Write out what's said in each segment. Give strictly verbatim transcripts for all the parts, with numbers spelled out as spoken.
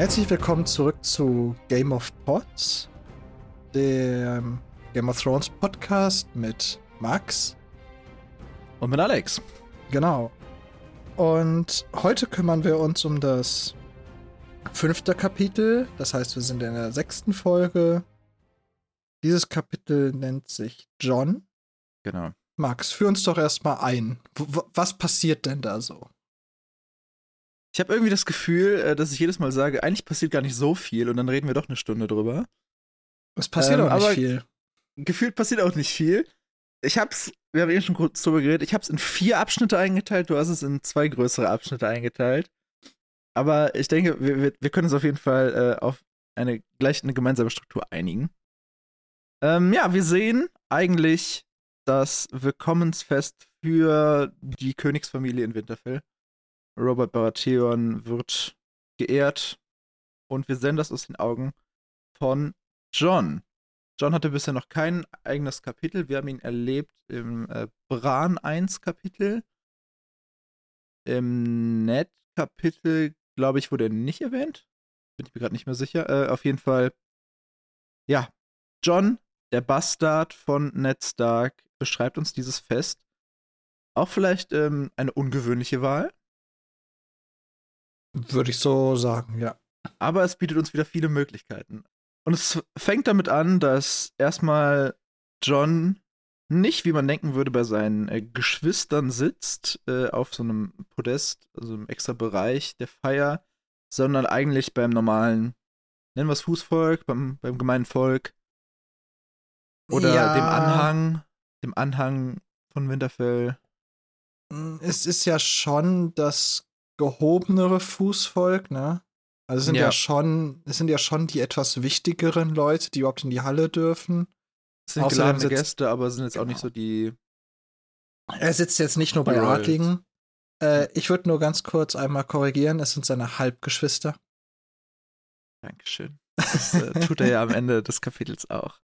Herzlich willkommen zurück zu Game of Pods, dem Game of Thrones Podcast mit Max. Und mit Alex. Genau. Und heute kümmern wir uns um das fünfte Kapitel. Das heißt, wir sind in der sechsten Folge. Dieses Kapitel nennt sich Jon. Genau. Max, führ uns doch erstmal ein. W- was passiert denn da so? Ich habe irgendwie das Gefühl, dass ich jedes Mal sage, eigentlich passiert gar nicht so viel und dann reden wir doch eine Stunde drüber. Es passiert Ähm, auch nicht aber viel. Gefühlt passiert auch nicht viel. Ich hab's, wir haben eben schon kurz drüber geredet, ich hab's in vier Abschnitte eingeteilt, du hast es in zwei größere Abschnitte eingeteilt. Aber ich denke, wir, wir, wir können uns auf jeden Fall äh, auf eine gleich eine gemeinsame Struktur einigen. Ähm, ja, wir sehen eigentlich das Willkommensfest für die Königsfamilie in Winterfell. Robert Baratheon wird geehrt und wir sehen das aus den Augen von Jon. Jon hatte bisher noch kein eigenes Kapitel. Wir haben ihn erlebt im äh, Bran eins Kapitel. Im Ned-Kapitel, glaube ich, wurde er nicht erwähnt. Bin ich mir gerade nicht mehr sicher. Äh, auf jeden Fall, ja, Jon, der Bastard von Ned Stark, beschreibt uns dieses Fest. Auch vielleicht ähm, eine ungewöhnliche Wahl. Würde ich so sagen, ja. Aber es bietet uns wieder viele Möglichkeiten. Und es fängt damit an, dass erstmal Jon nicht, wie man denken würde, bei seinen äh, Geschwistern sitzt, äh, auf so einem Podest, also im extra Bereich der Feier, sondern eigentlich beim normalen, nennen wir es Fußvolk, beim, beim gemeinen Volk. Oder Ja. dem Anhang, dem Anhang von Winterfell. Es ist ja schon das gehobenere Fußvolk, ne? Also es sind ja. Ja. schon, es sind ja schon die etwas wichtigeren Leute, die überhaupt in die Halle dürfen. Es sind Außerdem geladene sitzt- Gäste, aber sind jetzt auch Genau. nicht so die. Er sitzt jetzt nicht nur bei Die Royals. Adligen. Äh, ich würde nur ganz kurz einmal korrigieren, es sind seine Halbgeschwister. Dankeschön. Das äh, tut er ja am Ende des Kapitels auch.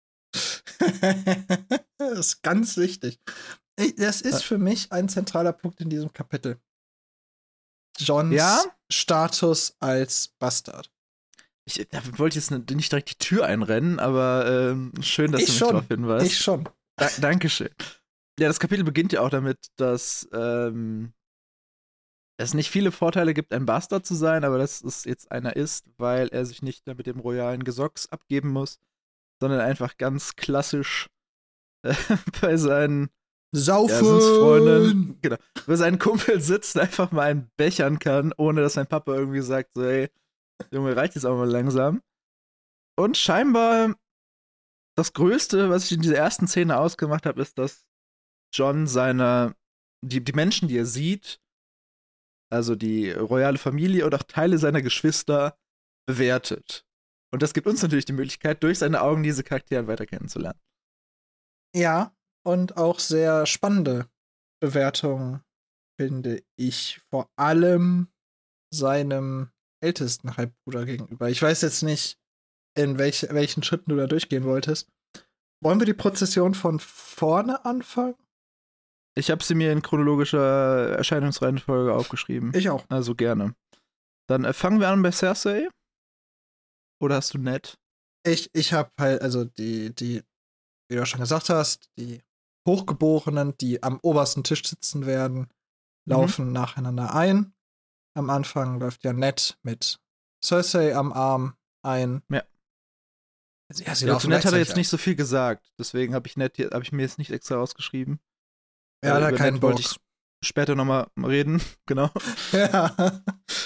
Das ist ganz wichtig. Ich- Das ist Äh. für mich ein zentraler Punkt in diesem Kapitel. Jons Ja? Status als Bastard. Ich da wollte jetzt nicht direkt die Tür einrennen, aber ähm, schön, dass Ich du mich schon. darauf hinweist. Ich schon. Da Dankeschön. Ja, das Kapitel beginnt ja auch damit, dass ähm, es nicht viele Vorteile gibt, ein Bastard zu sein, aber dass es jetzt einer ist, weil er sich nicht mehr mit dem royalen Gesocks abgeben muss, sondern einfach ganz klassisch äh, bei seinen Saufen! ja, sind's Freunde, genau, bei seinen Kumpel sitzt, einfach mal einen bechern kann, ohne dass sein Papa irgendwie sagt, so, ey, Junge, reicht jetzt auch mal langsam. Und scheinbar das Größte, was ich in dieser ersten Szene ausgemacht habe, ist, dass Jon seine, die, die Menschen, die er sieht, also die royale Familie und auch Teile seiner Geschwister, bewertet. Und das gibt uns natürlich die Möglichkeit, durch seine Augen diese Charaktere weiter kennenzulernen. Ja, und auch sehr spannende Bewertungen, finde ich. Vor allem seinem ältesten Halbbruder gegenüber. Ich weiß jetzt nicht, in welch, welchen Schritten du da durchgehen wolltest. Wollen wir die Prozession von vorne anfangen? Ich habe sie mir in chronologischer Erscheinungsreihenfolge aufgeschrieben. Ich auch. Also gerne. Dann äh, fangen wir an bei Cersei. Oder hast du Ned? Ich, ich habe halt, also die, die, wie du schon gesagt hast, die Hochgeborenen, die am obersten Tisch sitzen werden, laufen mhm. nacheinander ein. Am Anfang läuft ja Ned mit Cersei am Arm ein. Ja. Ja, sie ja, laufen zu Ned hat er jetzt gleichzeitig nicht so viel gesagt. Deswegen habe ich Ned hier, habe ich mir jetzt nicht extra rausgeschrieben. ein. Ja, Äh, da über keinen Ned Bock. wollte ich später nochmal reden. Genau. Ja.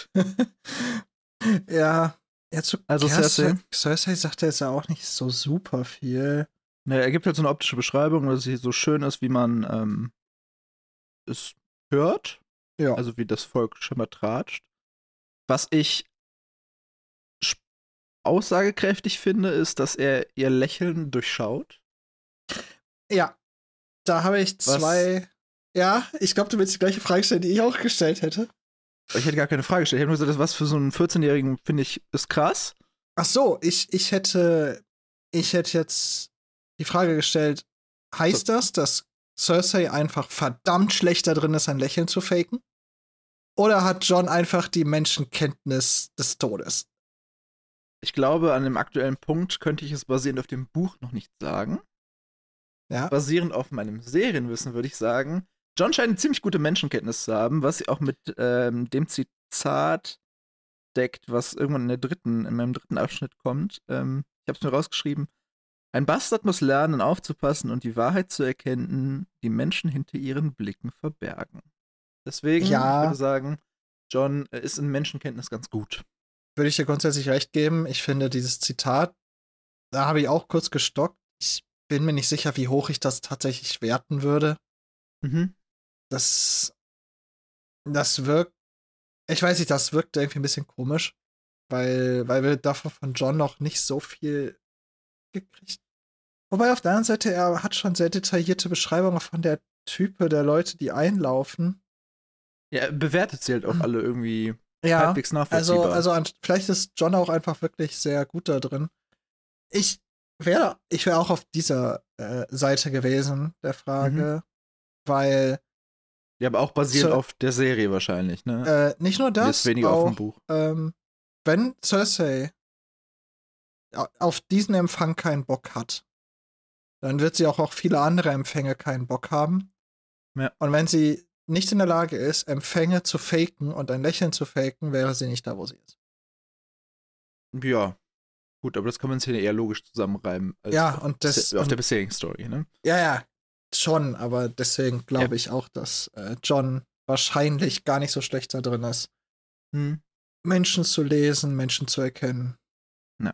ja. Ja, zu Also Cersei, Cersei. Cersei sagt ja jetzt ja auch nicht so super viel. Naja, er gibt halt so eine optische Beschreibung, dass es so schön ist, wie man ähm, es hört. Ja. Also wie das Volk scheinbar tratscht. Was ich sp- aussagekräftig finde, ist, dass er ihr Lächeln durchschaut. Ja. Da habe ich Was? zwei. Ja, ich glaube, du willst die gleiche Frage stellen, die ich auch gestellt hätte. Ich hätte gar keine Frage gestellt. Ich habe nur gesagt, das was für so einen vierzehnjährigen, finde ich, ist krass. Ach so, ich, ich hätte. Ich hätte jetzt die Frage gestellt: Heißt So. das, dass Cersei einfach verdammt schlecht da drin ist, ein Lächeln zu faken? Oder hat Jon einfach die Menschenkenntnis des Todes? ich glaube, an dem aktuellen Punkt könnte ich es basierend auf dem Buch noch nicht sagen. Ja. Basierend auf meinem Serienwissen würde ich sagen, John scheint eine ziemlich gute Menschenkenntnis zu haben, was sie auch mit ähm, dem Zitat deckt, was irgendwann in der dritten, in meinem dritten Abschnitt kommt. Ähm, ich habe es mir rausgeschrieben. Ein Bastard muss lernen, aufzupassen und die Wahrheit zu erkennen, die Menschen hinter ihren Blicken verbergen. Deswegen, Ja. ich würde sagen, John äh, ist in Menschenkenntnis ganz gut. Würde ich dir grundsätzlich recht geben. Ich finde dieses Zitat, da habe ich auch kurz gestockt. Ich bin mir nicht sicher, wie hoch ich das tatsächlich werten würde. Mhm. Das, das wirkt, ich weiß nicht, das wirkt irgendwie ein bisschen komisch, weil, weil wir davon von John noch nicht so viel gekriegt. Wobei auf der anderen Seite, er hat schon sehr detaillierte Beschreibungen von der Type der Leute, die einlaufen. Ja, er bewertet sie halt auch alle irgendwie Ja, halbwegs also, nachvollziehbar. also an, vielleicht ist John auch einfach wirklich sehr gut da drin. Ich wäre ich wär auch auf dieser äh, Seite gewesen, der Frage, mhm. weil ja, aber auch basierend Cer- auf der Serie wahrscheinlich, ne? Äh, nicht nur das, Jetzt weniger auch, auf dem Buch. Ähm, wenn Cersei auf diesen Empfang keinen Bock hat, dann wird sie auch auf viele andere Empfänge keinen Bock haben. Ja. Und wenn sie nicht in der Lage ist, Empfänge zu faken und ein Lächeln zu faken, wäre sie nicht da, wo sie ist. Ja. Gut, aber das kann man sich ja eher logisch zusammenreimen als ja, auf, und das, auf und, der bisherigen Story, ne? Ja, ja, schon, aber deswegen glaube ja. ich auch, dass äh, John wahrscheinlich gar nicht so schlecht da drin ist. Hm. Menschen zu lesen, Menschen zu erkennen. Ja.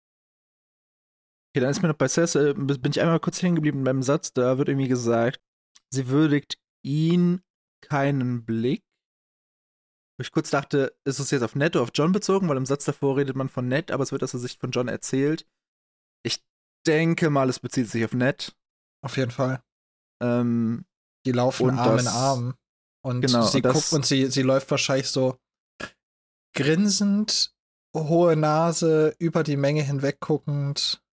Okay, dann ist mir noch bei Cersei, bin ich einmal kurz hängen geblieben beim Satz, da wird irgendwie gesagt, sie würdigt ihn keinen Blick. Wo ich kurz dachte, ist es jetzt auf Ned oder auf John bezogen, weil im Satz davor redet man von Ned, aber es wird aus der Sicht von John erzählt. Ich denke mal, es bezieht sich auf Ned. Auf jeden Fall. Ähm, die laufen Arm das, in Arm. Und genau, sie und das, guckt und sie, sie läuft wahrscheinlich so grinsend, hohe Nase, über die Menge hinweg guckend.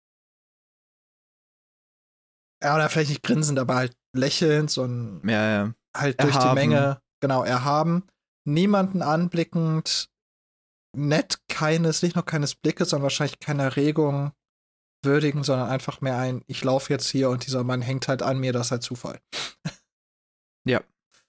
Ja, oder vielleicht nicht grinsend, aber halt lächelnd, so ein ja, ja. halt durch erhaben. die Menge, genau, erhaben. Niemanden anblickend, nett keines, nicht nur keines Blickes, sondern wahrscheinlich keine Regung würdigen, sondern einfach mehr ein, ich laufe jetzt hier und dieser Mann hängt halt an mir, das ist halt Zufall. Ja.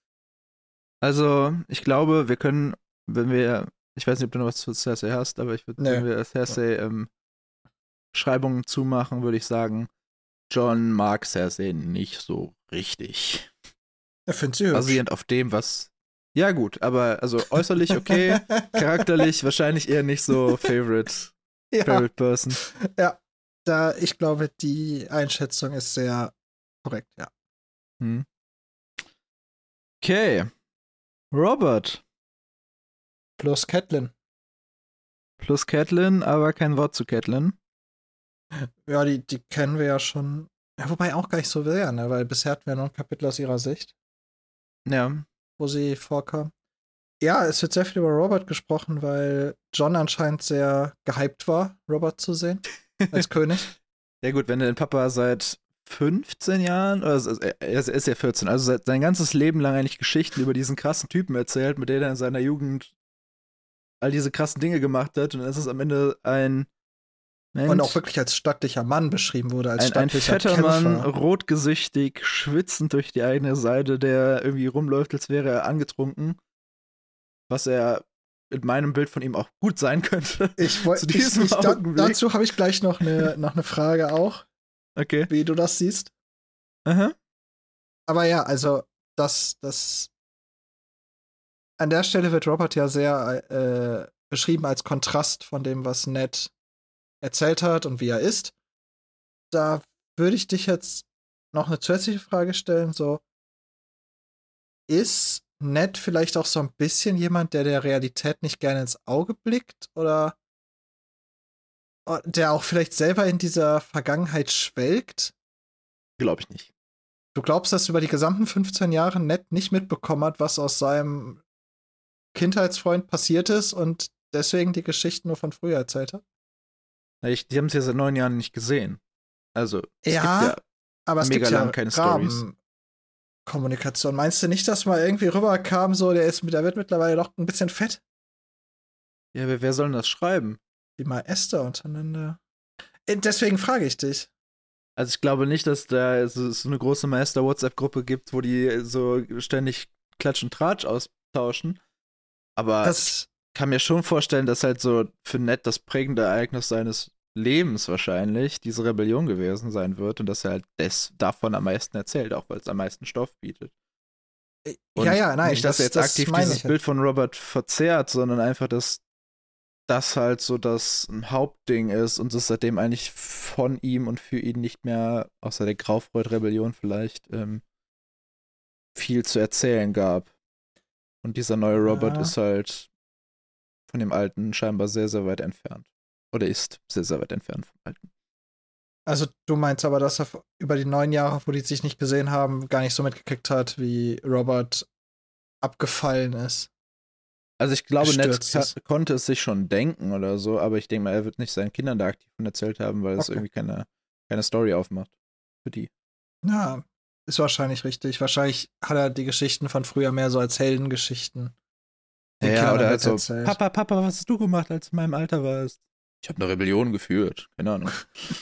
Also, ich glaube, wir können, wenn wir, ich weiß nicht, ob du noch was zu Cersei hast, aber ich würde, nee. wenn wir Cersei ähm, Beschreibungen zumachen, würde ich sagen, John mag Cersei nicht so richtig. Er findet sie hübsch. Basierend auf dem, was. Ja, gut, aber also äußerlich okay, charakterlich wahrscheinlich eher nicht so Favorite, ja. Favorite Person. Ja, da, ich glaube, die Einschätzung ist sehr korrekt, ja. Hm. Okay. Robert. Plus Catelyn. Plus Catelyn, aber kein Wort zu Catelyn. Ja, die, die kennen wir ja schon. Ja, wobei auch gar nicht so sehr, ne? Weil bisher hatten wir noch ein Kapitel aus ihrer Sicht. Ja. Wo sie vorkam. Ja, es wird sehr viel über Robert gesprochen, weil John anscheinend sehr gehypt war, Robert zu sehen. Als König. Ja, gut, wenn dein Papa seit fünfzehn Jahren, also er ist ja vierzehn, also seit sein ganzes Leben lang eigentlich Geschichten über diesen krassen Typen erzählt, mit dem er in seiner Jugend all diese krassen Dinge gemacht hat, und dann ist es am Ende ein Moment, und auch wirklich als stattlicher Mann beschrieben wurde, als ein, stattlicher ein fetter Kämpfer. Mann, rotgesichtig, schwitzend durch die eigene Seite, der irgendwie rumläuft, als wäre er angetrunken. Was er in meinem Bild von ihm auch gut sein könnte. Ich wollte da, dazu habe ich gleich noch eine noch eine Frage auch. Okay. Wie du das siehst. Aha. Aber ja, also das das an der Stelle wird Robert ja sehr äh, beschrieben als Kontrast von dem, was Ned erzählt hat und wie er ist. Da würde ich dich jetzt noch eine zusätzliche Frage stellen, so ist Ned vielleicht auch so ein bisschen jemand, der der Realität nicht gerne ins Auge blickt oder der auch vielleicht selber in dieser Vergangenheit schwelgt? Glaube ich nicht. Du glaubst, dass über die gesamten fünfzehn Jahre Ned nicht mitbekommen hat, was aus seinem Kindheitsfreund passiert ist und deswegen die Geschichten nur von früher erzählt hat? Ich, die haben es ja seit neun Jahren nicht gesehen. Also, es ja, gibt ja aber es mega gibt lang ja keine Stories. Kommunikation. Meinst du nicht, dass mal irgendwie rüberkam, so, der ist, der wird mittlerweile doch ein bisschen fett? Ja, wer, wer soll denn das schreiben? die Maester untereinander. Äh, Deswegen frage ich dich. Also ich glaube nicht, dass da so, so eine große Meister-WhatsApp-Gruppe gibt, wo die so ständig Klatsch und Tratsch austauschen. Aber Das, ich kann mir schon vorstellen, dass halt so für Ned das prägende Ereignis seines Lebens wahrscheinlich diese Rebellion gewesen sein wird und dass er halt des, davon am meisten erzählt, auch weil es am meisten Stoff bietet. äh, Und ja, ja, nein. nicht, dass das, er jetzt das aktiv meine dieses ich ja. Bild von Robert verzerrt, sondern einfach, dass das halt so das Hauptding ist und es seitdem eigentlich von ihm und für ihn nicht mehr, außer der Graufreud-Rebellion vielleicht, ähm, viel zu erzählen gab. Und dieser neue Robert Ja. ist halt von dem Alten scheinbar sehr, sehr weit entfernt. Oder ist sehr, sehr weit entfernt vom Alten. Also du meinst aber, dass er f- über die neun Jahre, wo die sich nicht gesehen haben, gar nicht so mitgekriegt hat, wie Robert abgefallen ist. Also ich glaube, Ned Gestürzt ka- ist. konnte es sich schon denken oder so, aber ich denke mal, er wird nicht seinen Kindern da aktiv von erzählt haben, weil es Okay. irgendwie keine, keine Story aufmacht für die. Ja, ist wahrscheinlich richtig. Wahrscheinlich hat er die Geschichten von früher mehr so als Heldengeschichten. den Ja, Kindern oder dann halt so, erzählt. Papa, Papa, was hast du gemacht, als du in meinem Alter warst? Ich habe eine Rebellion geführt, keine Ahnung.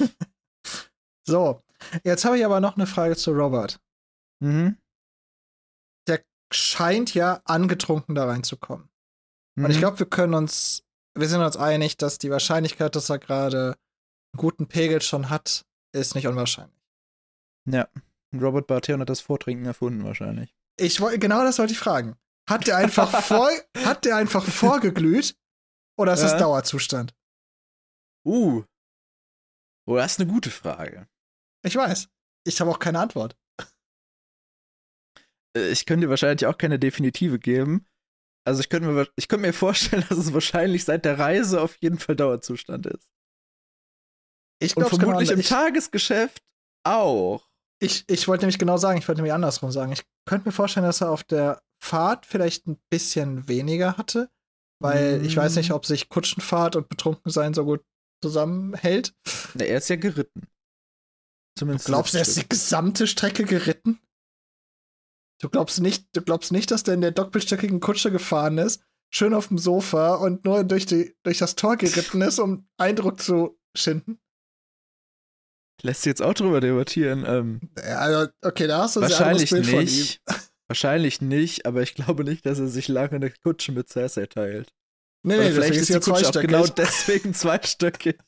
So, jetzt habe ich aber noch eine Frage zu Robert. Mhm. Der scheint ja angetrunken da reinzukommen. Mhm. Und ich glaube, wir können uns, wir sind uns einig, dass die Wahrscheinlichkeit, dass er gerade einen guten Pegel schon hat, ist nicht unwahrscheinlich. Ja, Robert Baratheon hat das Vortrinken erfunden wahrscheinlich. Ich wollte, genau das wollte ich fragen. Hat der einfach vor, hat der einfach vorgeglüht? Oder ist das Ja. Dauerzustand? Uh. Oh, das ist eine gute Frage. Ich weiß. Ich habe auch keine Antwort. Äh, Ich könnte dir wahrscheinlich auch keine definitive geben. Also ich könnte mir, wa- ich könnte mir vorstellen, dass es wahrscheinlich seit der Reise auf jeden Fall Dauerzustand ist. Ich Und glaube vermutlich genau, im ich, Tagesgeschäft auch. ich, ich wollte nämlich genau sagen, ich wollte nämlich andersrum sagen. Ich könnte mir vorstellen, dass er auf der Fahrt vielleicht ein bisschen weniger hatte, weil Mm. ich weiß nicht, ob sich Kutschenfahrt und Betrunkensein so gut zusammenhält. Na, er ist ja geritten. Du Zumindest glaubst, er das ist Stück. die gesamte Strecke geritten? Du glaubst nicht, du glaubst nicht, dass der in der doppelstöckigen Kutsche gefahren ist, schön auf dem Sofa und nur durch, die, durch das Tor geritten ist, um Eindruck zu schinden? Lässt sich jetzt auch drüber debattieren. Ähm, Ja, also, okay, da hast du ein sehr wahrscheinlich anderes Bild nicht. Wahrscheinlich nicht, aber ich glaube nicht, dass er sich lange eine Kutsche mit Cersei teilt. von ihm. Nee, Oder nee, vielleicht deswegen ist ist die sie ja Kutsche auch zweistöckig. genau deswegen zweistöckig.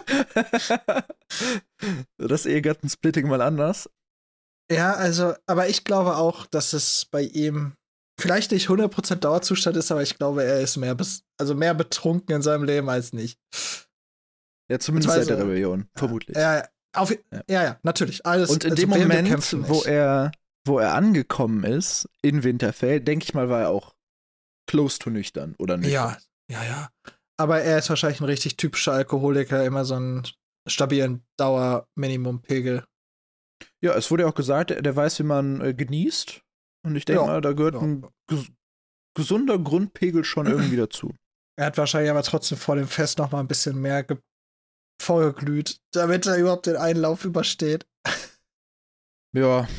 Das Ehegattensplitting mal anders. Ja, also, aber ich glaube auch, dass es bei ihm vielleicht nicht hundert Prozent Dauerzustand ist, aber ich glaube, er ist mehr, bes also mehr betrunken in seinem Leben als nicht. Ja, zumindest seit der Beziehungsweise- Rebellion, vermutlich. Ja, auf, ja. Ja. ja, ja, natürlich. Alles, Und in also dem während der Moment, Kämpfen wo nicht. er, wo er angekommen ist in Winterfell, denke ich mal, war er auch close to nüchtern, oder nicht? Ja, ja, ja. Aber er ist wahrscheinlich ein richtig typischer Alkoholiker, immer so einen stabilen Dauer-Minimum-Pegel. Ja, es wurde ja auch gesagt, der weiß, wie man äh, genießt. Und ich denke Ja, mal, da gehört ja. ein ges gesunder Grundpegel schon irgendwie dazu. Er hat wahrscheinlich aber trotzdem vor dem Fest noch mal ein bisschen mehr ge vorgeglüht, damit er überhaupt den Einlauf übersteht. Ja.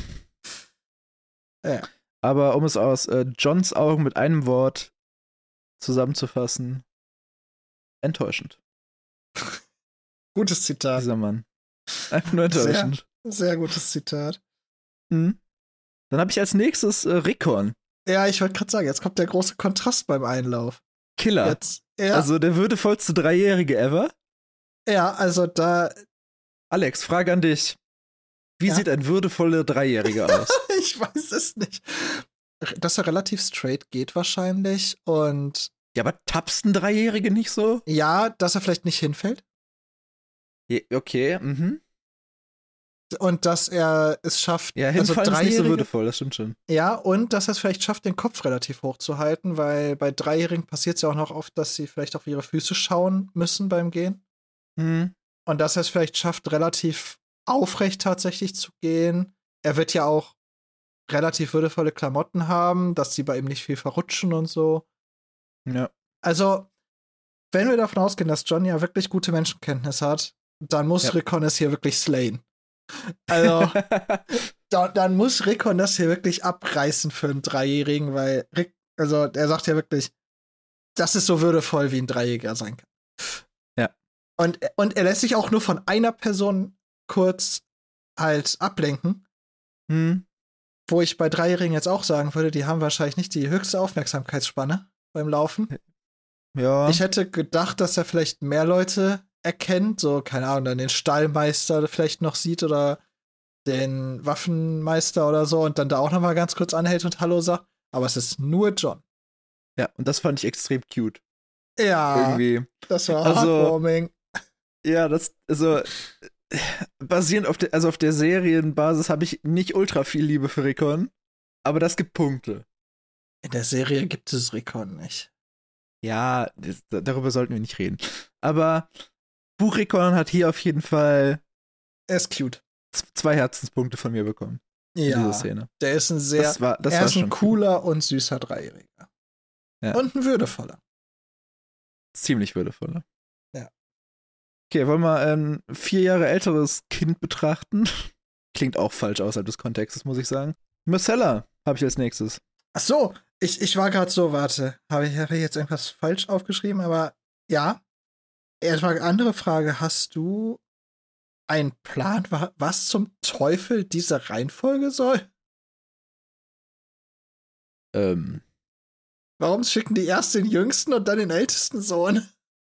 Ja. Aber um es aus äh, Johns Augen mit einem Wort zusammenzufassen, enttäuschend. Gutes Zitat. Dieser Mann. Einfach nur Sehr. enttäuschend. Sehr gutes Zitat. Mhm. Dann habe ich als nächstes äh, Rickon. Ja, ich wollte gerade sagen, jetzt kommt der große Kontrast beim Einlauf. Killer. Jetzt, ja, Also der würdevollste Dreijährige ever. ja, also da, Alex, Frage an dich. Wie Ja? sieht ein würdevoller Dreijähriger aus? ich weiß es nicht. Dass er relativ straight geht wahrscheinlich und Ja, aber tapsten Dreijährige nicht so? ja, dass er vielleicht nicht hinfällt Ja, okay, mhm. und dass er es schafft, Ja, also hinfallen ist nicht so Dreijährige, würdevoll, das stimmt schon. ja, und dass er es vielleicht schafft, den Kopf relativ hoch zu halten, weil bei Dreijährigen passiert es ja auch noch oft, dass sie vielleicht auf ihre Füße schauen müssen beim Gehen. Mhm. Und dass er es vielleicht schafft, relativ aufrecht tatsächlich zu gehen. Er wird ja auch relativ würdevolle Klamotten haben, dass sie bei ihm nicht viel verrutschen und so. Ja. Also, wenn wir davon ausgehen, dass John ja wirklich gute Menschenkenntnis hat, dann muss Ja. Rickon es hier wirklich slayen. Also, da, dann muss Rickon das hier wirklich abreißen für einen Dreijährigen, weil Rick, also er sagt ja wirklich, das ist so würdevoll, wie ein Dreijähriger sein kann. Und, und er lässt sich auch nur von einer Person kurz halt ablenken. Hm. Wo ich bei Dreijährigen jetzt auch sagen würde, die haben wahrscheinlich nicht die höchste Aufmerksamkeitsspanne beim Laufen. Ja. Ich hätte gedacht, dass er vielleicht mehr Leute erkennt, so, keine Ahnung, dann den Stallmeister vielleicht noch sieht oder den Waffenmeister oder so und dann da auch noch mal ganz kurz anhält und Hallo sagt. Aber es ist nur John. Ja, und das fand ich extrem cute. Ja, Irgendwie. das war Also, heartwarming. Ja, das, also, basierend auf der, also auf der Serienbasis habe ich nicht ultra viel Liebe für Rickon, aber das gibt Punkte. In der Serie gibt es Rickon nicht. Ja, das, darüber sollten wir nicht reden. Aber Buch Rickon hat hier auf jeden Fall Er ist cute. zwei Herzenspunkte von mir bekommen. Ja, diese Szene. der ist ein sehr, Das war, das er war ist ein schon cooler und süßer Dreijähriger. Ja. Und ein würdevoller. Ziemlich würdevoller. Ja. Okay, wollen wir ein vier Jahre älteres Kind betrachten? Klingt auch falsch außerhalb des Kontextes, muss ich sagen. Marcella habe ich als nächstes. Ach so, ich, ich war gerade so, warte, habe ich, hab ich jetzt irgendwas falsch aufgeschrieben, aber ja. Erstmal andere Frage, hast du einen Plan, was zum Teufel diese Reihenfolge soll? Ähm. Warum schicken die erst den jüngsten und dann den ältesten Sohn?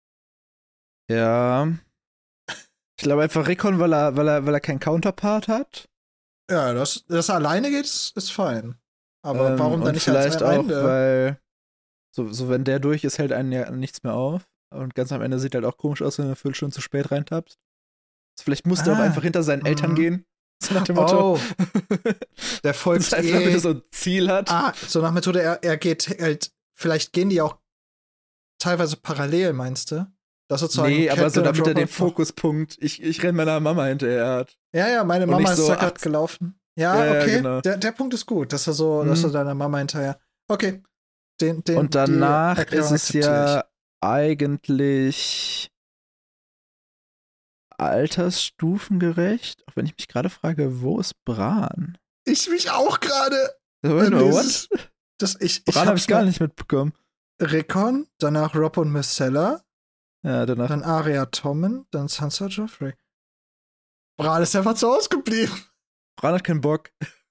Ja. Ich glaube einfach Rickon, weil er, weil er, weil er keinen Counterpart hat. Ja, das, das alleine geht, ist fein. Aber ähm, warum dann nicht als vielleicht am auch, Ende? weil so, so wenn der durch ist, hält einen ja nichts mehr auf. Und ganz am Ende sieht halt auch komisch aus, wenn du eine Viertelstunde zu spät reintappst. Also vielleicht musste er ah, auch einfach hinter seinen Eltern mhm. gehen. So nach dem Motto. Oh, der folgt das heißt, eh. damit er so ein Ziel hat. Ah, so nach Methode, er, er geht halt, vielleicht gehen die auch teilweise parallel, meinst du? Das sozusagen nee, aber so Captain damit er den Robert- Fokuspunkt, ich, ich renn meiner Mama hinterher hat. Ja, ja, meine Und Mama nicht ist so, da gerade ach, gelaufen. Ja, Ja, ja, okay. genau. Der, der Punkt ist gut, dass er so, Mhm. dass er deiner Mama hinterher. Okay. Den, den, Und danach die Erklärung ist es akzeptiere ja eigentlich altersstufengerecht. Auch wenn ich mich gerade frage, wo ist Bran? Ich. Ich mich auch gerade. Wait, Ähm, no, dieses- what? Das, ich, ich Bran habe hab's ich gar mal- nicht mitbekommen. Rickon, danach Rob und Marcella, Ja, danach. dann Arya Tommen, dann Sansa Joffrey. Bran ist einfach zu Hause geblieben. Bran hat keinen Bock.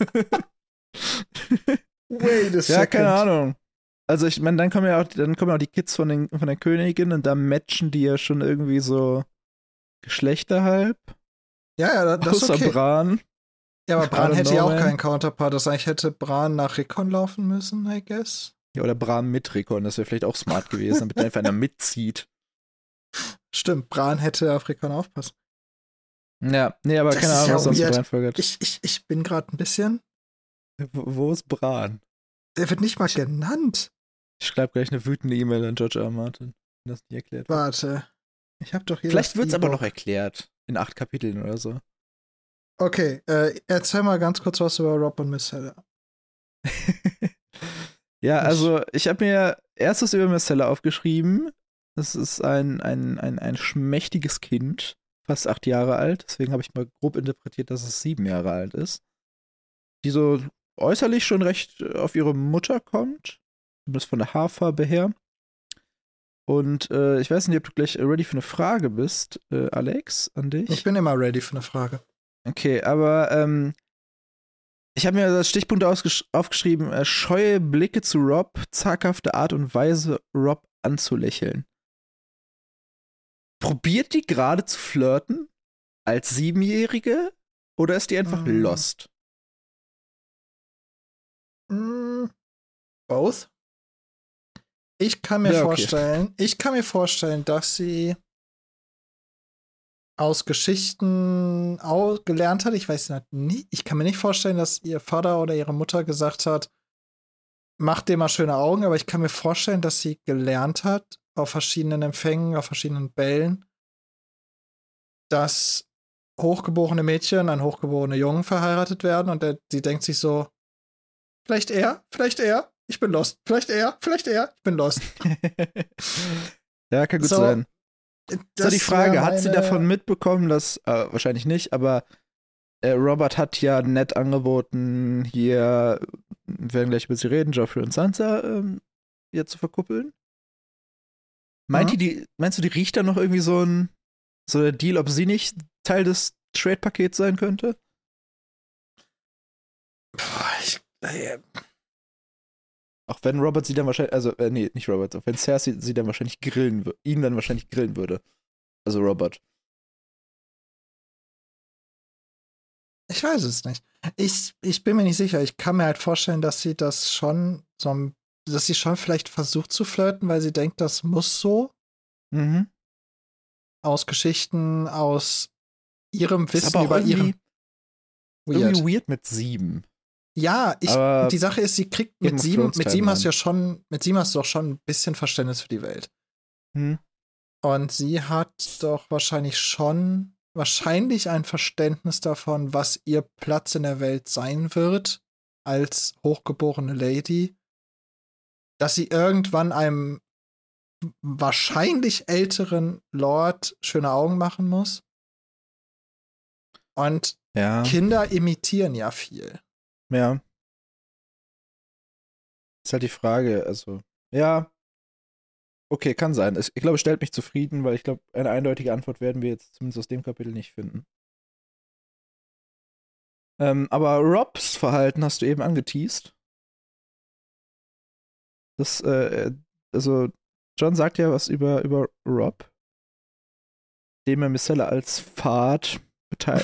Wait a Ja, second. keine Ahnung. Also ich meine, dann kommen ja auch, dann kommen ja auch die Kids von, den, von der Königin und da matchen die ja schon irgendwie so Geschlechter halb. Ja, ja, das ist Außer okay. Bran. Ja, aber I Bran don't hätte know, ja auch man. keinen Counterpart. Das heißt, hätte Bran nach Rickon laufen müssen, I guess. Ja, oder Bran mit Rickon, das wäre vielleicht auch smart gewesen, damit einfach einer mitzieht. Stimmt, Bran hätte auf Rickon aufpassen. Ja, nee, aber Das keine ist Ahnung, ja was sonst für weird. Reihenfolge hat. Ich, ich, ich bin gerade ein bisschen. Wo, wo ist Bran? Der wird nicht mal genannt. Ich schreibe gleich eine wütende E-Mail an George R. R. Martin, wenn das nicht erklärt wird. Warte. Ich habe doch hier. Vielleicht das wird es aber noch E-Book. erklärt. In acht Kapiteln oder so. Okay, äh, erzähl mal ganz kurz was über Rob und Marcella. Ja, Ich- also ich habe mir erstes über Marcella aufgeschrieben. Das ist ein, ein, ein, ein schmächtiges Kind, fast acht Jahre alt. Deswegen habe ich mal grob interpretiert, dass es sieben Jahre alt ist. Die so äußerlich schon recht auf ihre Mutter kommt. Zumindest von der Haarfarbe her. Und äh, ich weiß nicht, ob du gleich ready für eine Frage bist, äh, Alex, an dich. Ich bin immer ready für eine Frage. Okay, aber ähm, ich habe mir das Stichpunkt ausgesch- aufgeschrieben, äh, scheue Blicke zu Rob, zaghafte Art und Weise, Rob anzulächeln. Probiert die gerade zu flirten? Als Siebenjährige? Oder ist die einfach Mm. lost? Mm, both. Ich kann mir Ja, okay. vorstellen, ich kann mir vorstellen, dass sie aus Geschichten au gelernt hat. Ich weiß nicht, ich kann mir nicht vorstellen, dass ihr Vater oder ihre Mutter gesagt hat, mach dir mal schöne Augen, aber ich kann mir vorstellen, dass sie gelernt hat, auf verschiedenen Empfängen, auf verschiedenen Bällen, dass hochgeborene Mädchen an hochgeborene Jungen verheiratet werden und der, sie denkt sich so, vielleicht er, vielleicht er, ich bin lost, vielleicht er, vielleicht er, ich bin lost. Ja, kann gut So, sein. So, die Das Frage, wär hat sie meine- davon mitbekommen, dass, äh, wahrscheinlich nicht, aber äh, Robert hat ja nett angeboten, hier, wir werden gleich über sie reden, Joffrey und Sansa ähm, hier zu verkuppeln. Meint Mhm. die, die, meinst du, die riecht da noch irgendwie so ein so der Deal, ob sie nicht Teil des Trade-Pakets sein könnte? Boah, ich, äh, Auch wenn Robert sie dann wahrscheinlich, also, äh, nee, nicht Robert, auch wenn Cersei sie dann wahrscheinlich grillen würde, ihn dann wahrscheinlich grillen würde. Also Robert. ich weiß es nicht. Ich, ich bin mir nicht sicher. Ich kann mir halt vorstellen, dass sie das schon so ein- dass sie schon vielleicht versucht zu flirten, weil sie denkt, das muss so. Mhm. Aus Geschichten, aus ihrem Ist Wissen aber auch über irgendwie, ihren Weird. irgendwie weird mit sieben. Ja, ich, Aber die Sache ist, sie kriegt Game mit of sieben, Thrones mit sieben hast du Timeline. ja schon, mit sieben hast du doch schon ein bisschen Verständnis für die Welt. Hm. Und sie hat doch wahrscheinlich schon, wahrscheinlich ein Verständnis davon, was ihr Platz in der Welt sein wird, als hochgeborene Lady, dass sie irgendwann einem wahrscheinlich älteren Lord schöne Augen machen muss. Und Ja. Kinder imitieren ja viel. Ja. Ist halt die Frage, also, ja. Okay, kann sein. Es- Ich glaube, es stellt mich zufrieden, weil ich glaube, eine eindeutige Antwort werden wir jetzt zumindest aus dem Kapitel nicht finden. Ähm, aber Robs Verhalten hast du eben angeteased. Das, äh, also, John sagt ja was über, über Rob, dem er Micella als Fahrt beteiligt.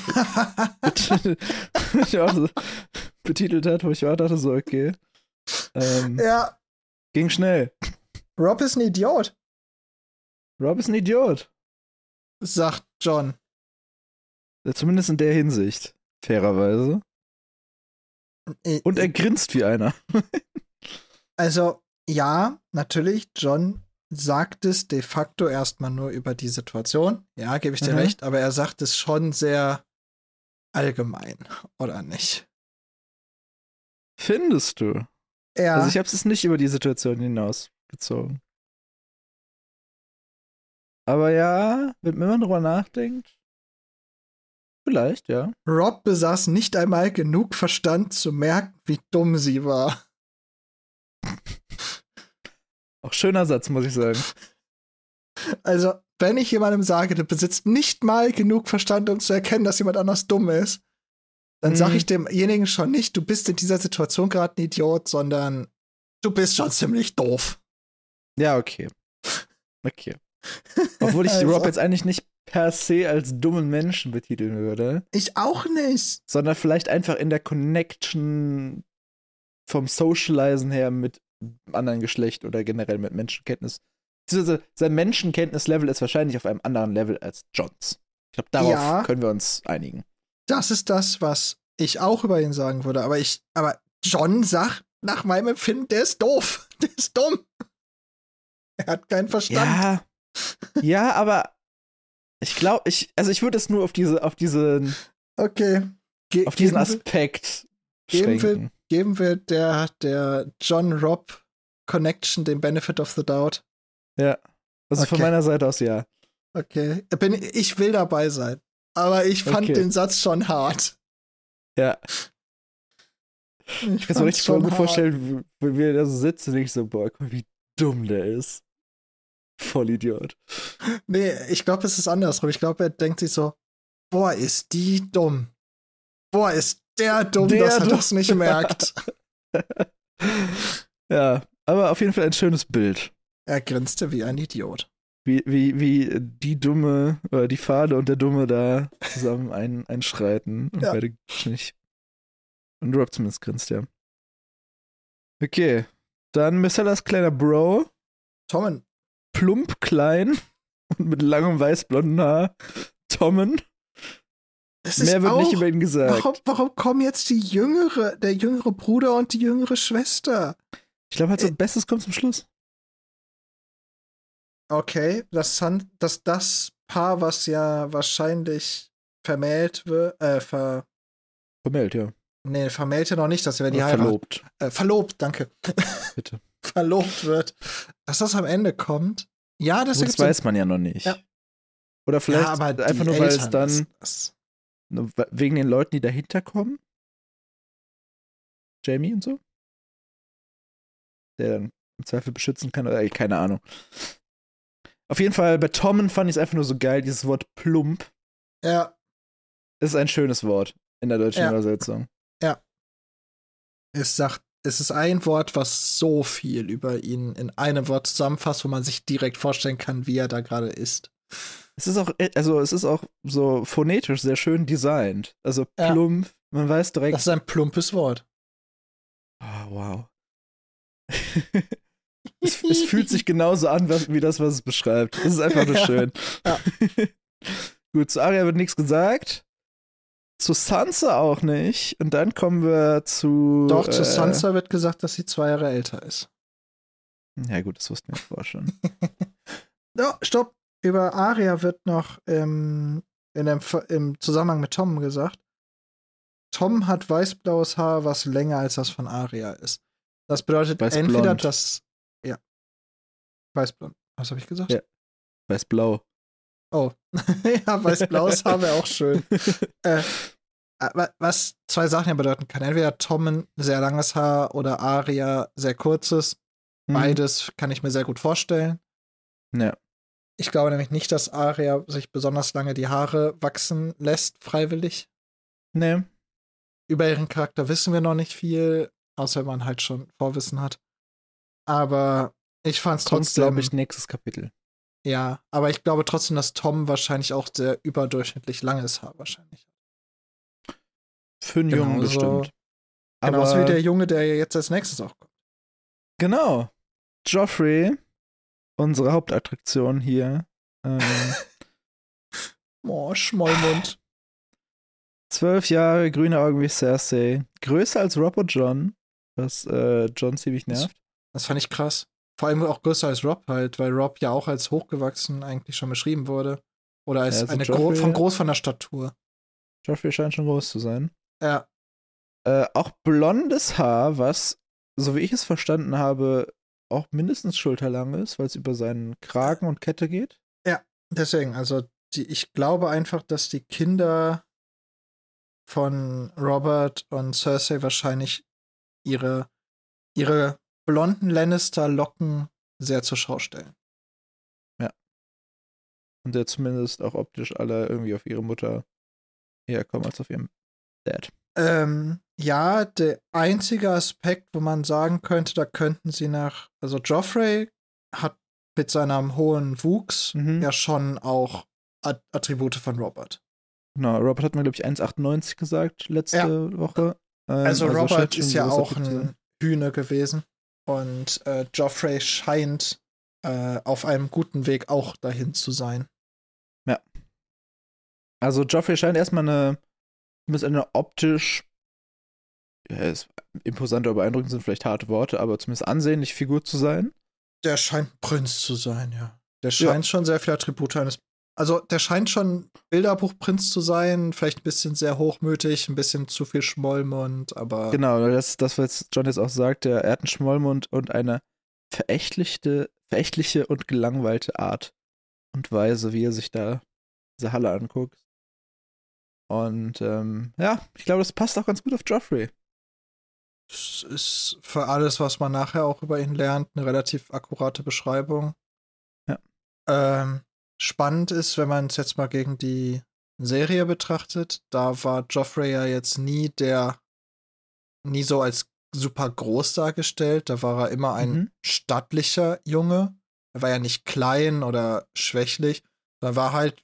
ich auch so betitelt hat, wo ich auch dachte so, okay. Ähm, Ja, ging schnell. Rob ist ein Idiot, Rob ist ein Idiot. sagt John. Ja, zumindest in der Hinsicht. Fairerweise. I- Und er i- grinst wie einer. Also, ja, natürlich, John sagt es de facto erstmal nur über die Situation. Ja, gebe ich dir Mhm. recht, aber er sagt es schon sehr allgemein, oder nicht? Findest du? Ja, Also ich habe es nicht über die Situation hinausgezogen. Aber ja, wenn wenn man drüber nachdenkt, vielleicht, ja. Rob besaß nicht einmal genug Verstand zu merken, wie dumm sie war. Auch schöner Satz, muss ich sagen. Also, wenn ich jemandem sage, du besitzt nicht mal genug Verstand, um zu erkennen, dass jemand anders dumm ist, dann sage Mhm. ich demjenigen schon nicht, du bist in dieser Situation gerade ein Idiot, sondern du bist schon ziemlich doof. Ja, okay. Okay. Obwohl ich Also, Rob jetzt eigentlich nicht per se als dummen Menschen betiteln würde, ich auch nicht. sondern vielleicht einfach in der Connection vom Socializen her mit anderen Geschlecht oder generell mit Menschenkenntnis. Beziehungsweise sein Menschenkenntnislevel ist wahrscheinlich auf einem anderen Level als Johns. Ich glaube, darauf Ja. können wir uns einigen. Das ist das, was ich auch über ihn sagen würde. Aber ich, aber John sagt nach meinem Empfinden, der ist doof. Der ist dumm. Er hat keinen Verstand. Ja, ja, aber ich glaube, ich, also ich würde es nur auf diese, auf diesen, Okay. Ge auf diesen geben wir- Aspekt geben beschränken. wir, geben wir der, der John-Rob Connection den Benefit of the Doubt. Ja. Also von Okay. meiner Seite aus ja. Okay. Bin, ich will dabei sein. Aber ich fand Okay. den Satz schon hart. Ja. Ich Ich kann mir fand's richtig voll schon gut hart. vorstellen, wie wie wir da so sitzen und ich so, boah, guck mal, wie dumm der ist. Voll Idiot. Nee, ich glaube, es ist andersrum. Ich glaube, er denkt sich so, boah, ist die dumm. Boah, ist der dumm, Der dass er dumm. das nicht merkt. Ja, aber auf jeden Fall ein schönes Bild. Er grinste wie ein Idiot. Wie, wie, wie die Dumme, oder die Fade und der Dumme da zusammen ein, einschreiten und Ja. beide nicht. Und Rob zumindest grinst, ja. Okay. Dann Micellas kleiner Bro, Tommen, plump klein und mit langem weißblonden Haar. Tommen. das ist Mehr wird auch, nicht über ihn gesagt. warum, warum kommen jetzt die jüngere, der jüngere Bruder und die jüngere Schwester? Ich glaube halt so Äh. Bestes kommt zum Schluss. Okay, das, Han- das, das Paar, was ja wahrscheinlich vermählt wird, äh, ver, Vermählt, ja. nee, vermählt ja noch nicht, dass wenn die Oder heiraten. verlobt, Äh, verlobt, danke. bitte. Verlobt wird. Dass das am Ende kommt. Ja, das Das, ergibt das weiß man ja noch nicht. Ja. Oder vielleicht ja, aber einfach die nur, weil es Eltern dann wissen das. nur wegen den Leuten, die dahinter kommen. Jamie und so. Der dann im Zweifel beschützen kann oder ey, keine Ahnung. Auf jeden Fall, bei Tommen fand ich es einfach nur so geil, dieses Wort plump. Ja. Es ist ein schönes Wort in der deutschen Ja. Übersetzung. Ja. Es sagt, es ist ein Wort, was so viel über ihn in einem Wort zusammenfasst, wo man sich direkt vorstellen kann, wie er da gerade ist. Es ist auch, also es ist auch so phonetisch sehr schön designt. Also plump, ja. Man weiß direkt. Das ist ein plumpes Wort. Oh, wow. es, es fühlt sich genauso an, wie das, was es beschreibt. Das ist einfach nur schön. Ja. Gut, zu Arya wird nichts gesagt. Zu Sansa auch nicht. Und dann kommen wir zu. Doch, zu äh, Sansa wird gesagt, dass sie zwei Jahre älter ist. Ja, gut, das wussten wir vorher schon. Oh, stopp! Über Arya wird noch ähm, in dem, im Zusammenhang mit Tom gesagt. Tom hat weißblaues Haar, was länger als das von Arya ist. Das bedeutet Weißblond. entweder, dass. Ja. Weißblond. Was habe ich gesagt? Ja. Weißblau. Oh. Ja, weißblaues Haar wäre auch schön. äh, was zwei Sachen ja bedeuten kann. Entweder Tom ein sehr langes Haar oder Arya sehr kurzes. Mhm. Beides kann ich mir sehr gut vorstellen. Ja. Ich glaube nämlich nicht, dass Arya sich besonders lange die Haare wachsen lässt, freiwillig. Nee. Über ihren Charakter wissen wir noch nicht viel, außer wenn man halt schon Vorwissen hat. Aber ich fand's trotzdem. glaube ich, nächstes Kapitel. Ja, aber ich glaube trotzdem, dass Tom wahrscheinlich auch sehr überdurchschnittlich langes Haar wahrscheinlich hat. Für einen Jungen bestimmt. Genauso aber wie der Junge, der jetzt als nächstes auch kommt. Genau. Joffrey, unsere Hauptattraktion hier. Ähm, oh, Schmollmund. Zwölf Jahre, grüne Augen wie Cersei. Größer als Rob und John, was äh, John ziemlich nervt. Das, das fand ich krass. Vor allem auch größer als Rob halt, weil Rob ja auch als hochgewachsen eigentlich schon beschrieben wurde. Oder als ja, also eine Joffrey, Gro von groß von der Statur. Joffrey scheint schon groß zu sein. Ja. Äh, auch blondes Haar, was, so wie ich es verstanden habe, auch mindestens schulterlang ist, weil es über seinen Kragen und Kette geht. Ja, deswegen, also die, ich glaube einfach, dass die Kinder von Robert und Cersei wahrscheinlich ihre, ihre blonden Lannister-Locken sehr zur Schau stellen. Ja. Und der zumindest auch optisch alle irgendwie auf ihre Mutter eher kommen als auf ihren Dad. Ähm, ja, der einzige Aspekt, wo man sagen könnte, da könnten sie nach, also Joffrey hat mit seinem hohen Wuchs mhm. ja schon auch At- Attribute von Robert. Genau, Robert hat mir, glaube ich, eins Komma achtundneunzig gesagt letzte ja. Woche. Ähm, also, also Robert ist ja auch ein Hühne gewesen und äh, Joffrey scheint äh, auf einem guten Weg auch dahin zu sein. Ja. Also Joffrey scheint erstmal eine mit einer optisch ja, ist imposant oder beeindruckend sind vielleicht harte Worte, aber zumindest ansehnliche Figur zu sein. Der scheint ein Prinz zu sein, ja. Der scheint ja. schon sehr viele Attribute eines. Also, der scheint schon Bilderbuchprinz zu sein, vielleicht ein bisschen sehr hochmütig, ein bisschen zu viel Schmollmund, aber. Genau, das ist das, was John jetzt auch sagt. Er hat einen Schmollmund und eine verächtliche, verächtliche und gelangweilte Art und Weise, wie er sich da diese Halle anguckt. Und ähm, ja, ich glaube, das passt auch ganz gut auf Joffrey. Es ist für alles, was man nachher auch über ihn lernt, eine relativ akkurate Beschreibung. Ja. Ähm, spannend ist, wenn man es jetzt mal gegen die Serie betrachtet, da war Joffrey ja jetzt nie der, nie so als super groß dargestellt. Da war er immer ein mhm. stattlicher Junge. Er war ja nicht klein oder schwächlich. Er war halt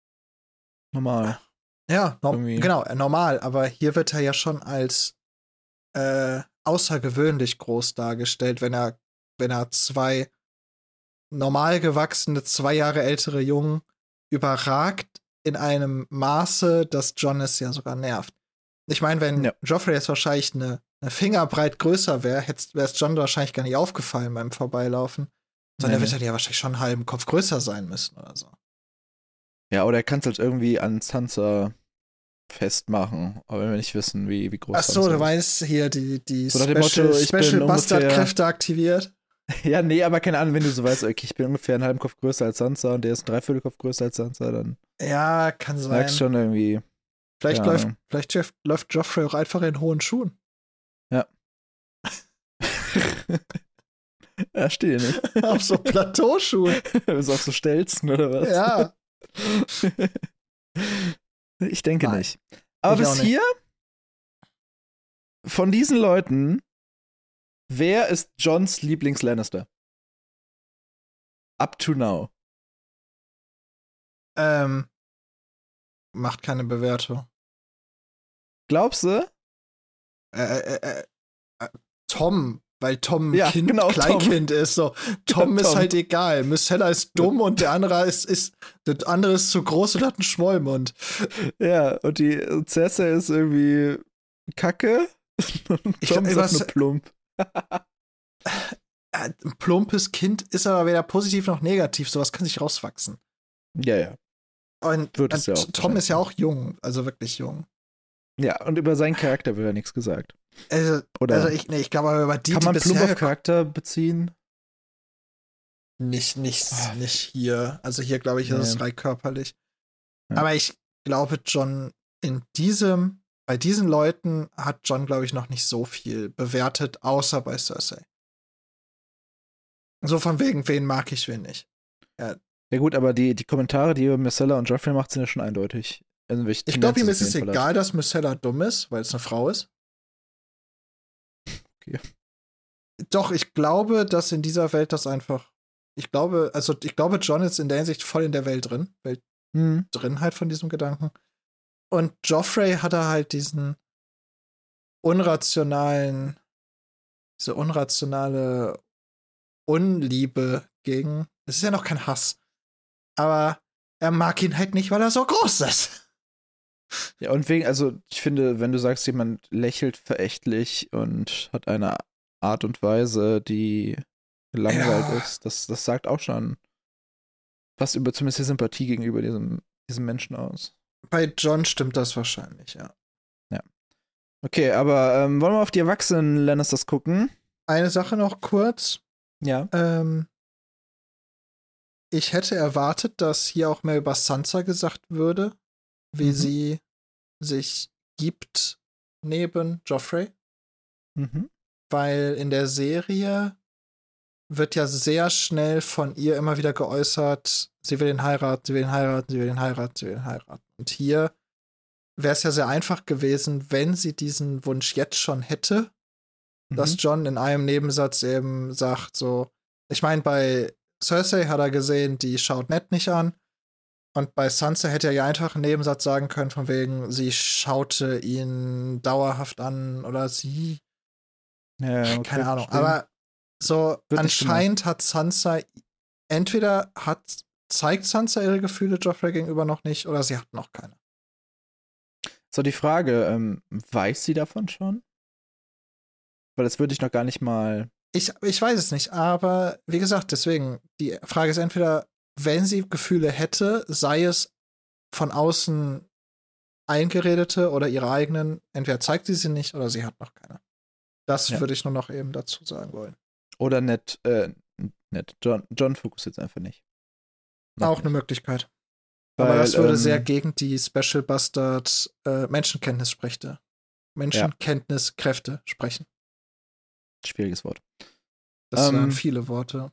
normal. Ja, no- genau, normal. Aber hier wird er ja schon als äh, außergewöhnlich groß dargestellt, wenn er, wenn er zwei normal gewachsene, zwei Jahre ältere Jungen überragt in einem Maße, dass Jon es ja sogar nervt. Ich meine, wenn ja. Joffrey jetzt wahrscheinlich eine, eine Fingerbreit größer wäre, wäre es Jon wahrscheinlich gar nicht aufgefallen beim Vorbeilaufen. Sondern nee. er wird ja wahrscheinlich schon einen halben Kopf größer sein müssen oder so. Ja, oder er kann es halt irgendwie an Sansa festmachen, aber wenn wir nicht wissen, wie, wie groß Ach so, du weißt hier die, die so Special, Special Bastard-Kräfte aktiviert. Ja, nee, aber keine Ahnung, wenn du so weißt, okay, ich bin ungefähr einen halben Kopf größer als Sansa und der ist ein Dreiviertelkopf größer als Sansa, dann ja, kann sein. Merkst schon irgendwie. Vielleicht, ja, läuft, vielleicht Jeff, läuft Joffrey auch einfach in hohen Schuhen. Ja. Ja, stehe nicht. Auf so Plateauschuhen. Bist du auf so Stelzen oder was? Ja. Ich denke Nein. nicht. Aber Ich auch bis nicht. hier, von diesen Leuten, wer ist Johns Lieblings-Lannister? Up to now. Ähm, macht keine Bewertung. Glaubst du? Äh, äh, äh, äh, Tom, weil Tom ein Ja, kind, genau, Kleinkind ist. So. Tom Ja, ist Tom. halt egal. Myrcella ist dumm und der andere ist, ist, der andere ist zu groß und hat einen Schmollmund. Ja, und die Cersei ist irgendwie Kacke. Und Ich Tom glaub, ist was- einfach nur plump. Ein plumpes Kind ist aber weder positiv noch negativ. Sowas kann sich rauswachsen. Ja, ja. Und, Wird es und ja auch Tom ist ja wahrscheinlich. auch jung, also wirklich jung. Ja, und über seinen Charakter wird ja nichts gesagt. Also, Oder also ich, nee, ich glaube aber über die, kann die man bisher plump auf geko- Charakter beziehen? Nicht, nicht, Ah. nicht hier. Also hier, glaube ich, ist es Nee. rein körperlich. Ja. Aber ich glaube, John in diesem, bei diesen Leuten hat John, glaube ich, noch nicht so viel bewertet, außer bei Cersei. So von wegen, wen mag ich, wen nicht. Ja gut, aber die, die Kommentare, die über Myrcella und Joffrey macht, sind ja schon eindeutig. Also welche Ich glaube, ihm Tendenz ist es auf jeden Fall egal, hat. dass Myrcella dumm ist, weil es eine Frau ist. Okay. Doch, ich glaube, dass in dieser Welt das einfach. Ich glaube, also ich glaube, John ist in der Hinsicht voll in der Welt drin. Welt Hm. drin halt von diesem Gedanken. Und Joffrey hat er halt diesen unrationalen, diese unrationale Unliebe gegen. Es ist ja noch kein Hass. Aber er mag ihn halt nicht, weil er so groß ist. Ja, und wegen, also ich finde, wenn du sagst, jemand lächelt verächtlich und hat eine Art und Weise, die gelangweilt Ja. ist, das, das sagt auch schon was über zumindest die Sympathie gegenüber diesem, diesem Menschen aus. Bei John stimmt das wahrscheinlich, ja. Okay, aber ähm, wollen wir auf die erwachsenen Lannisters gucken? Eine Sache noch kurz. Ja. Ähm, ich hätte erwartet, dass hier auch mehr über Sansa gesagt würde, wie Mhm. sie sich gibt neben Joffrey. Mhm. Weil in der Serie wird ja sehr schnell von ihr immer wieder geäußert, sie will ihn heiraten, sie will ihn heiraten, sie will ihn heiraten, sie will ihn heiraten. Und hier wäre es ja sehr einfach gewesen, wenn sie diesen Wunsch jetzt schon hätte, dass Mhm. John in einem Nebensatz eben sagt, so, ich meine, bei Cersei hat er gesehen, die schaut Ned nicht an. Und bei Sansa hätte er ja einfach einen Nebensatz sagen können, von wegen, sie schaute ihn dauerhaft an oder sie, Ja, okay, keine Ahnung. verstehe. Aber so, Wird nicht anscheinend hat Sansa, entweder hat, zeigt Sansa ihre Gefühle Joffrey gegenüber noch nicht, oder sie hat noch keine. So, die Frage, ähm, weiß sie davon schon? Weil das würde ich noch gar nicht mal. Ich, ich weiß es nicht, aber wie gesagt, deswegen, die Frage ist entweder, wenn sie Gefühle hätte, sei es von außen eingeredete oder ihre eigenen, entweder zeigt sie sie nicht oder sie hat noch keine. Das Ja. würde ich nur noch eben dazu sagen wollen. Oder nett, äh, nett. John, John fokussiert einfach nicht. Noch Auch nicht. eine Möglichkeit. Weil, Aber das würde ähm, sehr gegen die Special Bastard äh, Menschenkenntnis sprechen. Menschenkenntniskräfte sprechen. Schwieriges Wort. Das Ähm, waren viele Worte.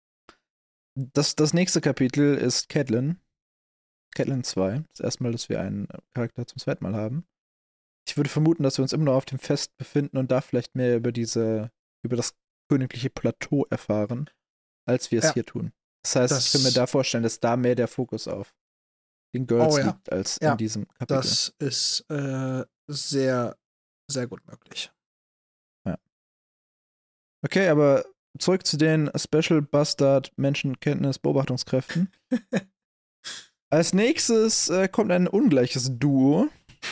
Das, das nächste Kapitel ist Catelyn. Catelyn zwei. Das erste Mal, dass wir einen Charakter zum zweiten Mal haben. Ich würde vermuten, dass wir uns immer noch auf dem Fest befinden und da vielleicht mehr über diese, über das königliche Plateau erfahren, als wir es Ja. hier tun. Das heißt, Das- ich kann mir da vorstellen, dass da mehr der Fokus auf den Girls Oh ja. liegt, als Ja, in diesem Kapitel. Das ist äh, sehr, sehr gut möglich. Okay, aber zurück zu den Special Bastard Menschenkenntnis Beobachtungskräften. Als nächstes äh, kommt ein ungleiches Duo.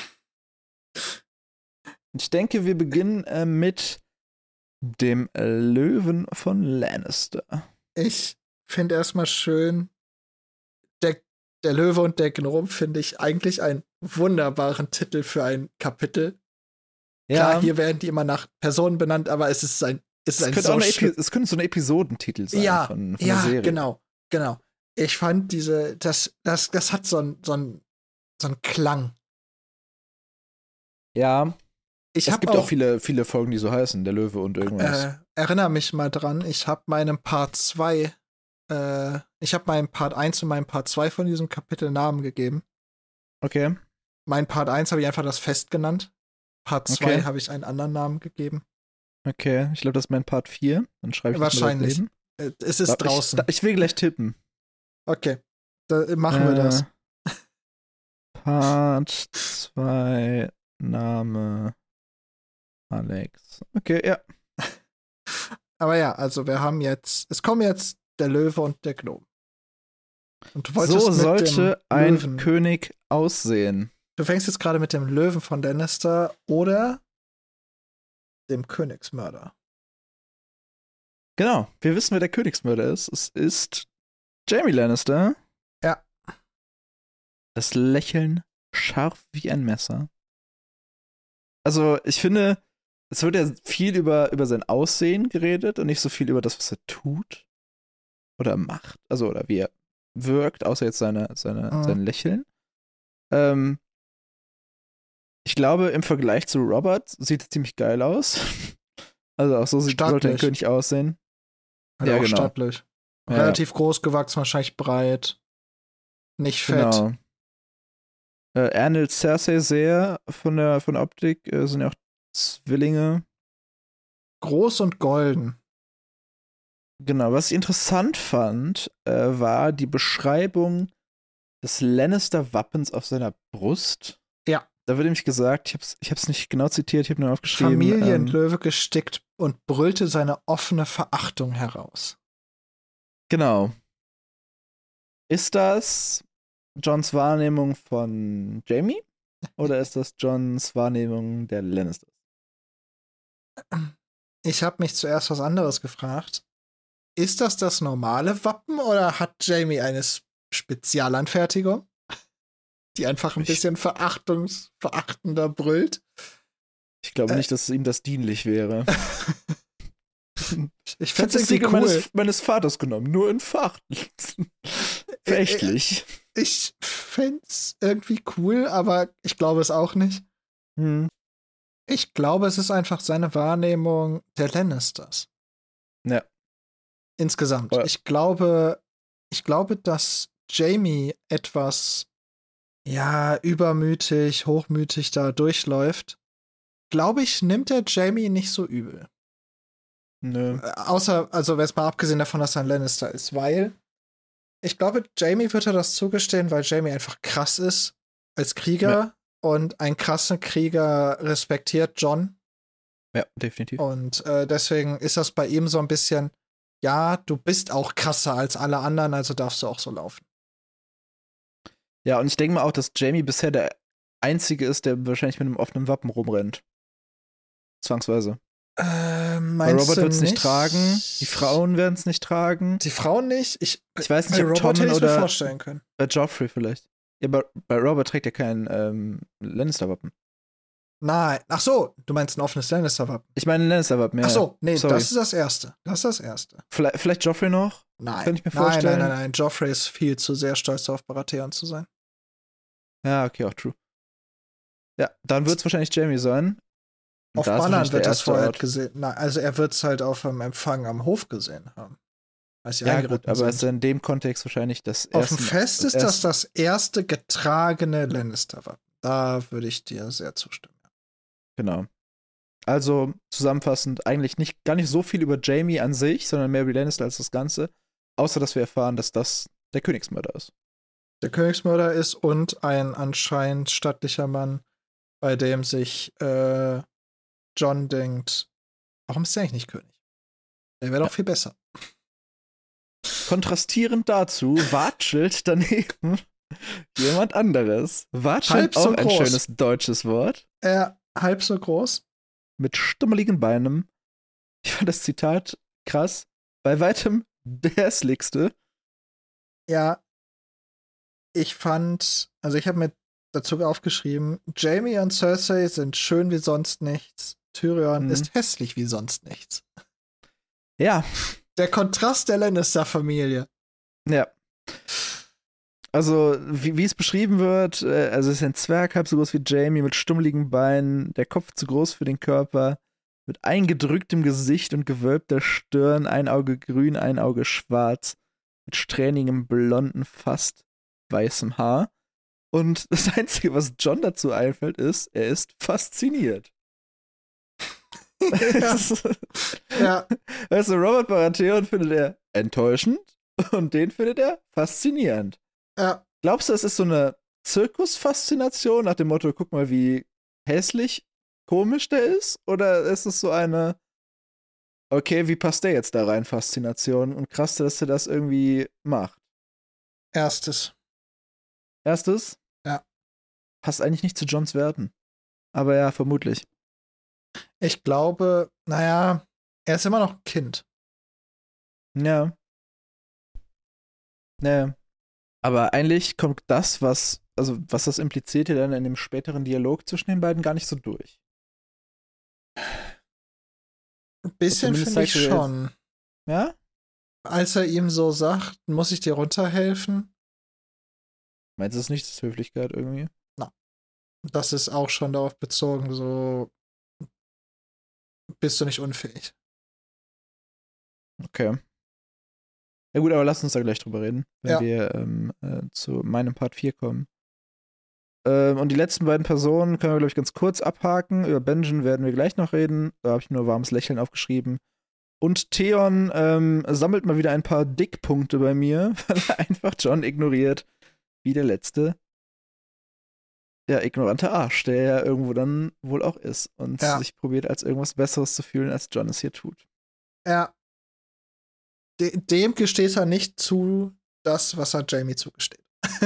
Ich denke, wir beginnen äh, mit dem Löwen von Lannister. Ich finde erstmal schön, der, der Löwe und der Gnom finde ich eigentlich einen wunderbaren Titel für ein Kapitel. Klar, hier werden die immer nach Personen benannt, aber es ist ein, es ist es ein könnte, so auch eine schön- Epi- es könnte so ein Episodentitel sein Ja, von, von ja, der Serie. genau, genau. Ich fand diese, das, das, das hat so einen so einen- so einen Klang. Ja, Ich es gibt auch, auch viele, viele Folgen, die so heißen, der Löwe und irgendwas. Äh, erinnere mich mal dran, ich habe meinem Part zwei, äh, ich habe meinem Part eins und meinem Part zwei von diesem Kapitel Namen gegeben. Okay. Mein Part eins habe ich einfach das Fest genannt. Part zwei Okay. habe ich einen anderen Namen gegeben. Okay, ich glaube, das ist mein Part vier. Dann schreibe ich Wahrscheinlich. das mal Äh, Es ist ich, draußen. Ich will gleich tippen. Okay, da machen wir Äh, das. Part zwei, Name Alex. Okay, ja. Aber ja, also wir haben jetzt, es kommen jetzt der Löwe und der Gnom. Und du wolltest So mit sollte dem ein Löwen, König aussehen. Du fängst jetzt gerade mit dem Löwen von Lannister oder dem Königsmörder. Genau, wir wissen, wer der Königsmörder ist. Es ist Jaime Lannister. Ja. Das Lächeln scharf wie ein Messer. Also, ich finde, es wird ja viel über, über sein Aussehen geredet und nicht so viel über das, was er tut oder macht. Also, oder wie er wirkt, außer jetzt seine, seine, Mhm. sein Lächeln. Ähm, ich glaube, im Vergleich zu Robert sieht er ziemlich geil aus. Also, auch so sieht, sollte ein König aussehen. Halt Ja, auch genau. stattlich. Ja. Relativ groß gewachsen, wahrscheinlich breit. Nicht fett. Genau. Äh, er ähnelt Cersei sehr von der, von der Optik. Äh, sind ja auch Zwillinge. Groß und golden. Genau. Was ich interessant fand, äh, war die Beschreibung des Lannister-Wappens auf seiner Brust. Ja. Da wird nämlich gesagt, ich hab's, ich hab's nicht genau zitiert, ich habe nur aufgeschrieben. Familienlöwe ähm, gestickt und brüllte seine offene Verachtung heraus. Genau. Ist das Johns Wahrnehmung von Jaime? Oder ist das Johns Wahrnehmung der Lannisters? Ich habe mich zuerst was anderes gefragt. Ist das das normale Wappen oder hat Jaime eine Spezialanfertigung, die einfach ein Ich- bisschen verachtungs verachtender brüllt? Ich glaube Äh. nicht, dass ihm das dienlich wäre. Ich Ich habe fände das es Siegel cool. meines, meines Vaters genommen, nur in Fach. Verächtlich. Ich fände es irgendwie cool, aber ich glaube es auch nicht. Hm. Ich glaube, es ist einfach seine Wahrnehmung der Lannisters. Ja. Insgesamt. Ja. Ich glaube, ich glaube, dass Jaime etwas, ja, übermütig, hochmütig da durchläuft. Glaube ich, nimmt der Jaime nicht so übel. Nö. Äh, Außer, also jetzt mal abgesehen davon, dass er ein Lannister ist, weil ich glaube, Jaime wird er das zugestehen, weil Jaime einfach krass ist als Krieger Ja. und ein krasser Krieger respektiert Jon. Ja, definitiv. Und äh, deswegen ist das bei ihm so ein bisschen, ja, du bist auch krasser als alle anderen, also darfst du auch so laufen. Ja, und ich denke mal auch, dass Jaime bisher der Einzige ist, der wahrscheinlich mit einem offenen Wappen rumrennt. Zwangsweise. Äh, Weil meinst Robert du wird es nicht nicht tragen, die Frauen werden es nicht tragen. Die Frauen nicht? Ich, Ich weiß nicht, bei ob Robert Tommen hätte ich mir oder vorstellen können. bei Joffrey vielleicht. Ja, aber bei Robert trägt er kein ähm, Lannister-Wappen. Nein. Ach so, du meinst ein offenes Lannister-Wappen. Ich meine ein Lannister-Wappen, ja. Ach so, nee, Sorry. das ist das Erste. Das ist das Erste. Vielleicht, vielleicht Joffrey noch? Nein. Könnte ich mir nein, vorstellen. nein, nein, nein. Joffrey ist viel zu sehr stolz darauf, Baratheon zu sein. Ja, okay, auch true. Ja, dann wird es wahrscheinlich Jaime sein. Und Auf da ist Bannern wahrscheinlich wird der das erste vorher Ort. gesehen. Nein, also er wird es halt auf dem Empfang am Hof gesehen haben. Als sie Ja, eingeritten gut, aber sind. es ist in dem Kontext wahrscheinlich das Auf dem erste. Fest ist das erste- das erste getragene Lannister-Wappen. Da würde ich dir sehr zustimmen. Genau. Also zusammenfassend, eigentlich nicht, gar nicht so viel über Jaime an sich, sondern mehr über Lannister als das Ganze. Außer, dass wir erfahren, dass das der Königsmörder ist. Der Königsmörder ist und ein anscheinend stattlicher Mann, bei dem sich äh, Jon denkt, warum ist der eigentlich nicht König? Der wäre doch Ja. viel besser. Kontrastierend dazu watschelt daneben jemand anderes. Watschelt Halb so auch ein groß. schönes deutsches Wort. Er halb so groß. Mit stummeligen Beinen. Ich fand das Zitat krass. Bei weitem der hässlichste. Ja, ich fand, also ich habe mir dazu aufgeschrieben, Jaime und Cersei sind schön wie sonst nichts. Tyrion Mhm. ist hässlich wie sonst nichts. Ja, Der Kontrast der Lannister-Familie. ja. Also, wie, wie es beschrieben wird, äh, also es ist ein Zwerg, halb so groß wie Jamie, mit stummeligen Beinen, der Kopf zu groß für den Körper, mit eingedrücktem Gesicht und gewölbter Stirn, ein Auge grün, ein Auge schwarz, mit strähnigem, blonden, fast weißem Haar. Und das Einzige, was John dazu einfällt, ist, er ist fasziniert. Ja. Ja. Weißt du, Robert Baratheon findet er enttäuschend und den findet er faszinierend. Ja. Glaubst du, es ist so eine Zirkusfaszination nach dem Motto, guck mal, wie hässlich, komisch der ist? Oder ist es so eine, okay, wie passt der jetzt da rein, Faszination? Und krass, dass er das irgendwie macht. Erstes. Erstes? Ja. Passt eigentlich nicht zu Johns Werten. Aber ja, vermutlich. Ich glaube, naja, er ist immer noch ein Kind. Ja. Naja. Aber eigentlich kommt das, was, also was das impliziert, ja dann in dem späteren Dialog zwischen den beiden gar nicht so durch. Ein bisschen Zumindest finde ich zeigt er schon. Ja? Als er ihm so sagt, muss ich dir runterhelfen? Meinst du, es ist nicht das Höflichkeit irgendwie? Na, das ist auch schon darauf bezogen, so bist du nicht unfähig. Okay. Ja gut, aber lass uns da gleich drüber reden, wenn Ja. wir ähm, äh, zu meinem Part vier kommen. Ähm, und die letzten beiden Personen können wir, glaube ich, ganz kurz abhaken. Über Benjen werden wir gleich noch reden. Da habe ich nur warmes Lächeln aufgeschrieben. Und Theon ähm, sammelt mal wieder ein paar Dickpunkte bei mir, weil er einfach John ignoriert, wie der letzte, ja, ignorante Arsch, der ja irgendwo dann wohl auch ist und Ja. sich probiert, als irgendwas Besseres zu fühlen, als John es hier tut. Er, de, dem gesteht er nicht zu, das, was er Jamie zugesteht.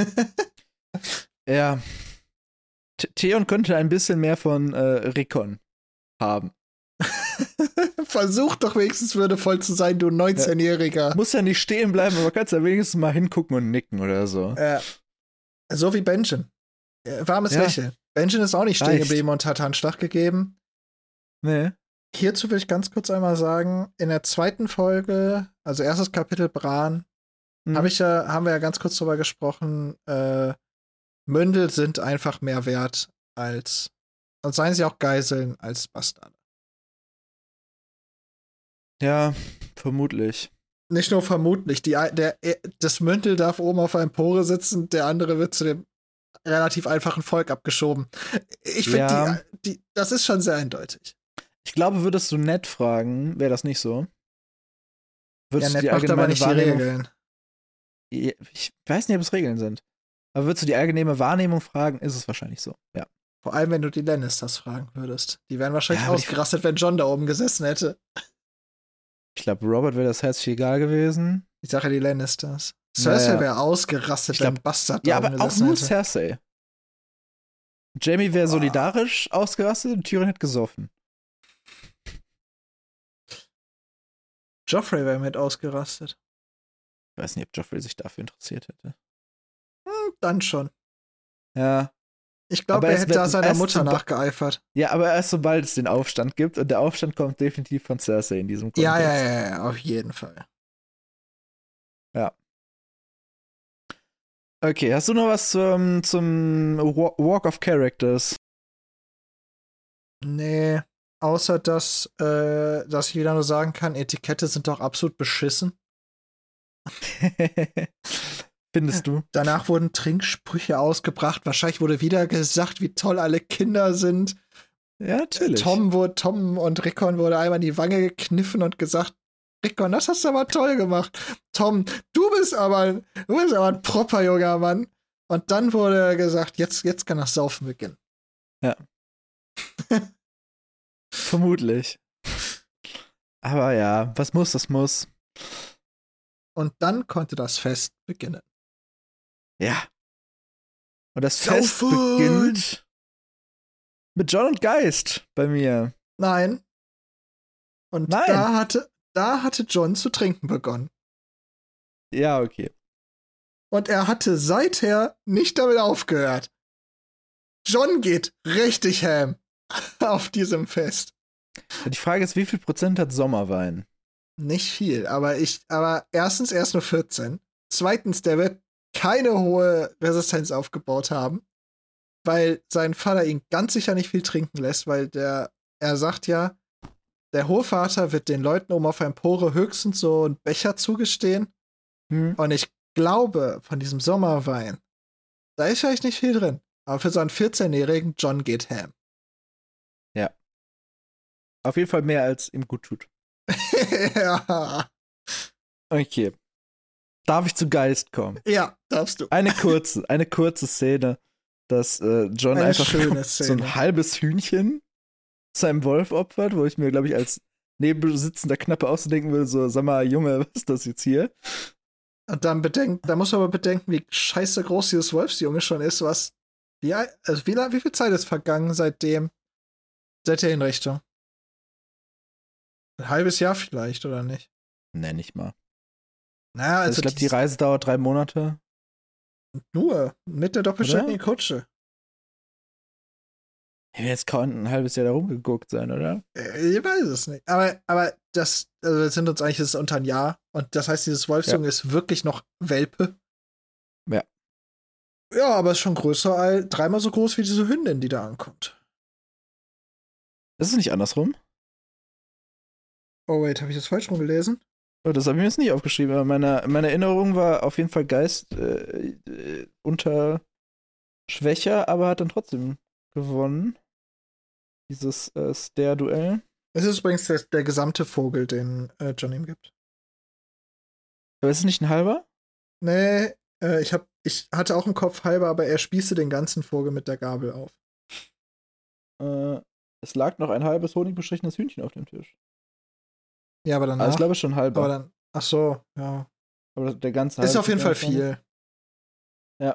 Ja. T- Theon könnte ein bisschen mehr von äh, Rickon haben. Versuch doch wenigstens würdevoll zu sein, du neunzehnjähriger. Muss ja nicht stehen bleiben, aber kannst ja wenigstens mal hingucken und nicken oder so. Ja. So wie Benjen. Äh, Warmes Ja. Lächeln. Benjen ist auch nicht stehen Reicht. geblieben und hat Handschlag gegeben. Nee. Hierzu will ich ganz kurz einmal sagen, in der zweiten Folge, also erstes Kapitel Bran, Hm. hab ich ja, haben wir ja ganz kurz drüber gesprochen, äh, Mündel sind einfach mehr wert als, und seien sie auch Geiseln, als Bastarde. Ja, vermutlich. Nicht nur vermutlich, die, der, das Mündel darf oben auf einer Empore sitzen, der andere wird zu dem relativ einfachen Volk abgeschoben. Ich finde, Ja. die, die, das ist schon sehr eindeutig. Ich glaube, würdest du nett fragen, wäre das nicht so. Ja, Würdest nett du die macht aber allgemeine nicht die Wahrnehmung. Regeln. Ich weiß nicht, ob es Regeln sind. Aber würdest du die allgemeine Wahrnehmung fragen, ist es wahrscheinlich so. Ja. Vor allem, wenn du die Lannisters fragen würdest. Die wären wahrscheinlich Ja, aber die- ausgerastet, wenn John da oben gesessen hätte. Ich glaube, Robert wäre das herzlich egal gewesen. Ich sage ja die Lannisters. Cersei Naja. wäre ausgerastet, Ich glaub- wenn Bastard Ja, da oben aber auch gesessen nur hätte. Cersei. Jamie wäre solidarisch ausgerastet und Tyrion hätte gesoffen. Joffrey wäre mit ausgerastet. Ich weiß nicht, ob Joffrey sich dafür interessiert hätte. Hm, dann schon. Ja. Ich glaube, Aber er es hätte wird- da seiner erst Mutter zum- nachgeeifert. Ja, aber erst sobald es den Aufstand gibt und der Aufstand kommt definitiv von Cersei in diesem Kontext. Ja, ja, ja, ja, auf jeden Fall. Okay, hast du noch was zum, zum Wa- Walk of Characters? Nee, außer dass, äh, dass ich wieder nur sagen kann, Etikette sind doch absolut beschissen. Findest du? Danach wurden Trinksprüche ausgebracht. Wahrscheinlich wurde wieder gesagt, wie toll alle Kinder sind. Ja, natürlich. Tom, wurde, Tom und Rickon wurde einmal in die Wange gekniffen und gesagt, Rickon, das hast du aber toll gemacht. Tom, du bist aber, du bist aber ein proper junger Mann. Und dann wurde gesagt, jetzt, jetzt kann das Saufen beginnen. Vermutlich. Aber ja, was muss, das muss. Und dann konnte das Fest beginnen. Ja. Und das Fest Saufen! beginnt mit John und Geist bei mir. Nein. Und Nein. da hatte, da hatte John zu trinken begonnen. Ja, okay. Und er hatte seither nicht damit aufgehört. John geht richtig ham auf diesem Fest. Die Frage ist, wie viel Prozent hat Sommerwein? Nicht viel, aber ich, aber erstens, er ist nur vierzehn. Zweitens, der wird keine hohe Resistenz aufgebaut haben, weil sein Vater ihn ganz sicher nicht viel trinken lässt, weil der, er sagt ja, der Hochvater wird den Leuten oben auf der Empore höchstens so einen Becher zugestehen. Hm. Und ich glaube, von diesem Sommerwein, da ist vielleicht nicht viel drin. Aber für so einen vierzehnjährigen John geht ham. Ja. Auf jeden Fall mehr, als ihm gut tut. Ja. Okay. Darf ich zu Geist kommen? Ja, darfst du. Eine kurze, eine kurze Szene, dass äh, John Eine einfach schöne so Szene. ein halbes Hühnchen seinem Wolf opfert, wo ich mir, glaube ich, als nebensitzender Knappe ausdenken würde, so, sag mal, Junge, was ist das jetzt hier? Und dann bedenkt, da muss man aber bedenken, wie scheiße groß dieses Wolfsjunge schon ist, was, wie, also wie, wie viel Zeit ist vergangen seitdem, seit der Hinrichtung? Ein halbes Jahr vielleicht, oder nicht? Nee, nicht mal. Naja, Also also ich glaube, die Reise dauert drei Monate. nur mit der doppelständigen Kutsche. Ich will jetzt kaum ein halbes Jahr da rumgeguckt sein, oder? Äh, Ich weiß es nicht. Aber, aber das, also wir sind uns eigentlich das ist unter ein Jahr. Und das heißt, dieses Wolfsjunge Ja. ist wirklich noch Welpe. Ja. Ja, aber ist schon größer, als dreimal so groß wie diese Hündin, die da ankommt. Ist es nicht andersrum? Oh, wait, habe ich das falsch rumgelesen? Oh, das habe ich mir jetzt nicht aufgeschrieben, aber meine, meine Erinnerung war auf jeden Fall Geist äh, äh, unter schwächer, aber hat dann trotzdem gewonnen. Dieses äh, Stare-Duell. Es ist übrigens der, der gesamte Vogel, den äh, John ihm gibt. Aber ist es nicht ein halber? Nee, äh, ich, hab, ich hatte auch im Kopf halber, aber er spießte den ganzen Vogel mit der Gabel auf. Äh, es lag noch ein halbes honigbestrichenes Hühnchen auf dem Tisch. Ja, aber danach. Also ich glaube schon halber. aber dann, ach so, ja. Aber der ganze Ist halbe auf jeden Fall Stück einfach nicht. viel. Ja.